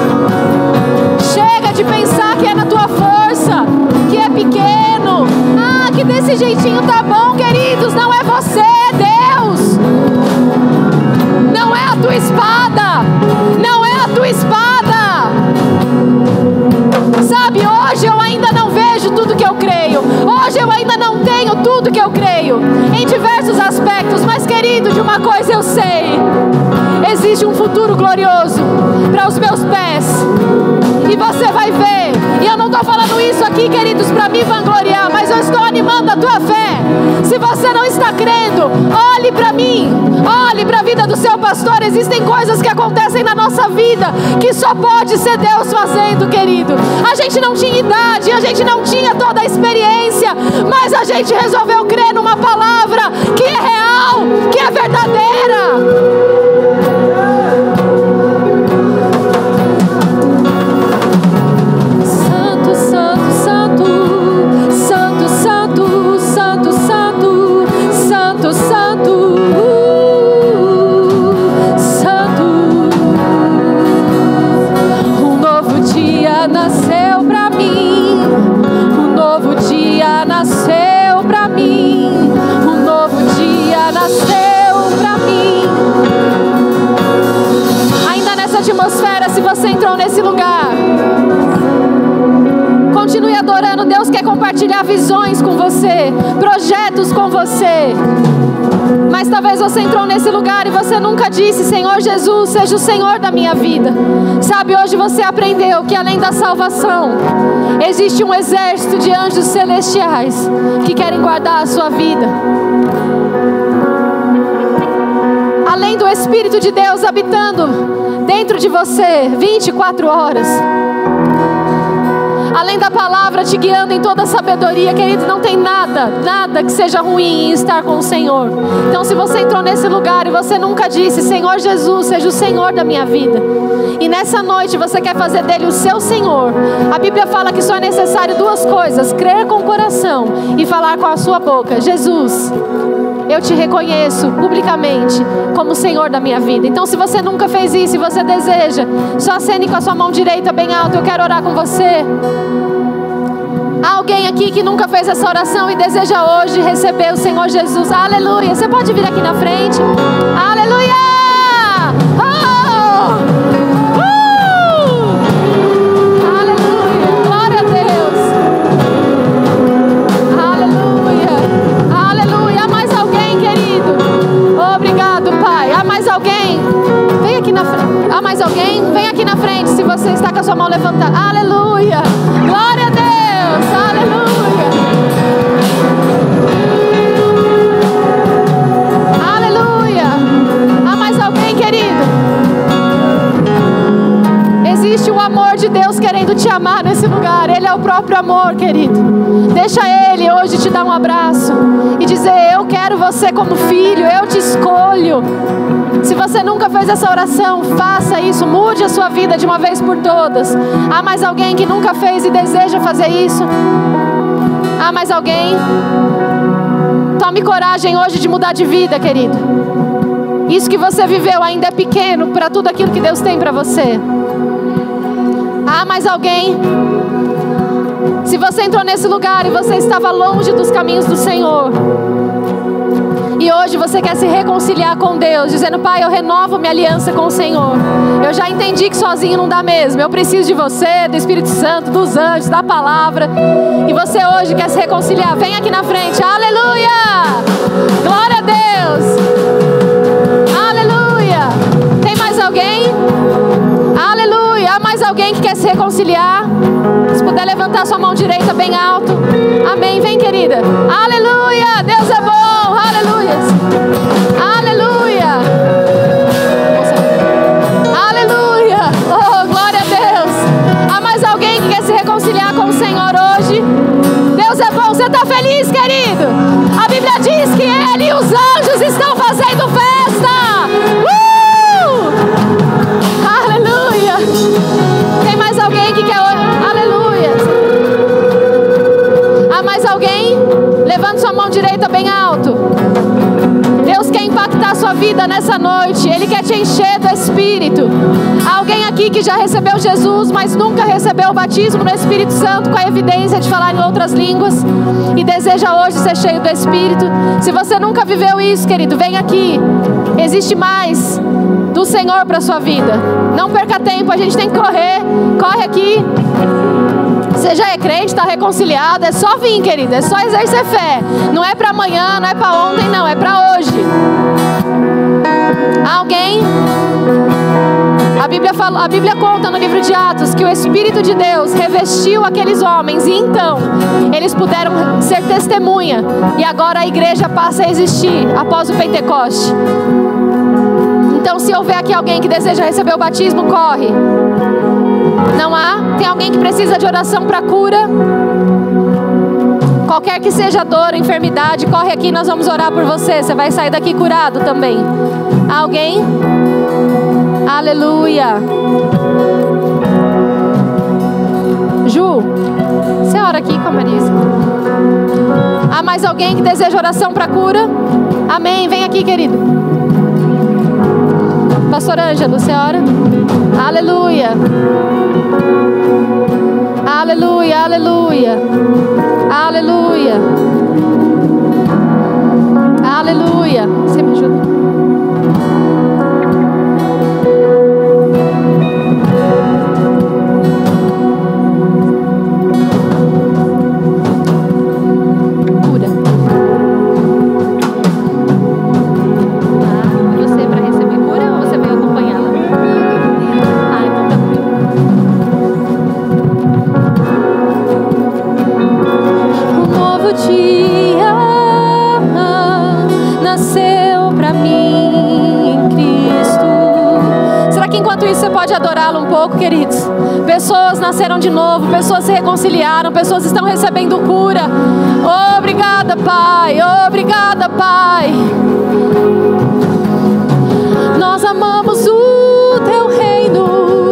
Chega de pensar que é na tua força, que é pequeno. Ah, que desse jeitinho tá bom, queridos. Não é você, é Deus. Não é a tua espada. Não é a tua espada. Sabe, hoje eu ainda não vejo tudo que eu creio. Hoje eu ainda não tenho tudo que eu creio, em diversos aspectos. Mas, querido, de uma coisa eu sei: existe um futuro glorioso para os meus pés. E você vai ver. E eu não estou falando isso aqui, queridos, para me vangloriar, mas eu estou animando a tua fé. Se você não está crendo, olhe para mim, olhe para a vida do seu pastor. Existem coisas que acontecem na nossa vida que só pode ser Deus fazendo, querido. A gente não tinha idade, a gente não tinha toda a experiência, mas a gente resolveu crer numa palavra que é real, que é verdadeira. Nasceu pra mim, um novo dia nasceu pra mim. nesse lugar. Continue adorando. Deus quer compartilhar visões com você, projetos com você. Mas talvez você entrou nesse lugar e você nunca disse: Senhor Jesus, seja o Senhor da minha vida. Sabe, hoje você aprendeu que além da salvação, existe um exército de anjos celestiais que querem guardar a sua vida. Além do Espírito de Deus habitando dentro de você vinte e quatro horas. Além da palavra te guiando em toda a sabedoria, querido, não tem nada, nada que seja ruim em estar com o Senhor. Então, se você entrou nesse lugar e você nunca disse: Senhor Jesus, seja o Senhor da minha vida, e nessa noite você quer fazer dele o seu Senhor, a Bíblia fala que só é necessário duas coisas: crer com o coração e falar com a sua boca: Jesus, eu te reconheço publicamente como o Senhor da minha vida. Então, se você nunca fez isso e você deseja, só acene com a sua mão direita bem alta. Eu quero orar com você. Há alguém aqui que nunca fez essa oração e deseja hoje receber o Senhor Jesus? Aleluia. Você pode vir aqui na frente. Aleluia. Oh! Uh! Aleluia. Glória a Deus. Aleluia. Aleluia. Há mais alguém, querido? Obrigado, Pai. Há mais alguém? Vem aqui na frente. Há mais alguém? Vem aqui na frente se você está com a sua mão levantada. Aleluia. Glória a Deus. Aleluia. Aleluia. Há mais alguém, querido? Existe o amor de Deus querendo te amar nesse lugar. Ele é o próprio amor, querido. Deixa Ele hoje te dar um abraço e dizer: eu quero você como filho, eu te escolho. Se você nunca fez essa oração, faça isso, mude a sua vida de uma vez por todas. Há mais alguém que nunca fez e deseja fazer isso? Há mais alguém? Tome coragem hoje de mudar de vida, querido. Isso que você viveu ainda é pequeno para tudo aquilo que Deus tem para você. Há mais alguém? Se você entrou nesse lugar e você estava longe dos caminhos do Senhor, e hoje você quer se reconciliar com Deus, dizendo: Pai, eu renovo minha aliança com o Senhor. Eu já entendi que sozinho não dá mesmo. Eu preciso de você, do Espírito Santo, dos anjos, da palavra. E você hoje quer se reconciliar. Vem aqui na frente. Aleluia! Glória a Deus! Aleluia! Tem mais alguém? Aleluia! Há mais alguém que quer se reconciliar? Se puder levantar sua mão direita bem alto. Amém. Vem, querida. Aleluia! Deus é bom! Aleluia! Aleluia! Aleluia! Oh, glória a Deus! Há mais alguém que quer se reconciliar com o Senhor hoje? Deus é bom! Você está feliz, querido? A Bíblia diz que Ele e os anjos estão fazendo festa! Uh! Aleluia! Tem mais alguém que quer... Aleluia! Há mais alguém? Levante sua mão direita bem alto. Deus quer impactar a sua vida nessa noite. Ele quer te encher do Espírito. Há alguém aqui que já recebeu Jesus, mas nunca recebeu o batismo no Espírito Santo com a evidência de falar em outras línguas e deseja hoje ser cheio do Espírito? Se você nunca viveu isso, querido, vem aqui. Existe mais do Senhor para a sua vida. Não perca tempo, a gente tem que correr. Corre aqui. Você já é crente, está reconciliado, é só vir, querido, é só exercer fé. Não é para amanhã, não é para ontem, não, é para hoje. Alguém? A Bíblia, fala, a Bíblia conta no livro de Atos que o Espírito de Deus revestiu aqueles homens e então eles puderam ser testemunha. E agora a igreja passa a existir após o Pentecoste. Então, se houver aqui alguém que deseja receber o batismo, corre. Não há? Tem alguém que precisa de oração para cura? Qualquer que seja a dor, a enfermidade, corre aqui, nós vamos orar por você. Você vai sair daqui curado também. Alguém? Aleluia. Ju, você ora aqui com a Marisa. Há mais alguém que deseja oração para cura? Amém. Vem aqui, querido. Pastor Ângelo, você ora? Aleluia. Aleluia, aleluia. Aleluia. Aleluia. Você me ajuda? adorá-lo um pouco, queridos. Pessoas nasceram de novo, pessoas se reconciliaram, pessoas estão recebendo cura. Obrigada, Pai. Obrigada, Pai. Nós amamos o Teu reino.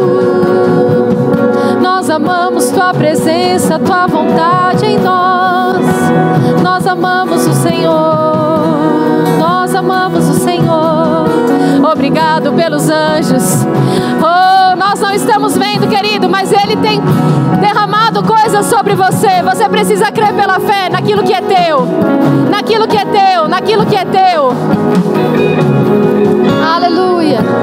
Nós amamos Tua presença, Tua vontade em nós. Nós amamos o Senhor. Nós amamos o Senhor. Obrigado pelos anjos. Oh, nós não estamos vendo, querido, mas Ele tem derramado coisas sobre você. Você precisa crer pela fé naquilo que é teu. Naquilo que é teu, naquilo que é teu. Aleluia.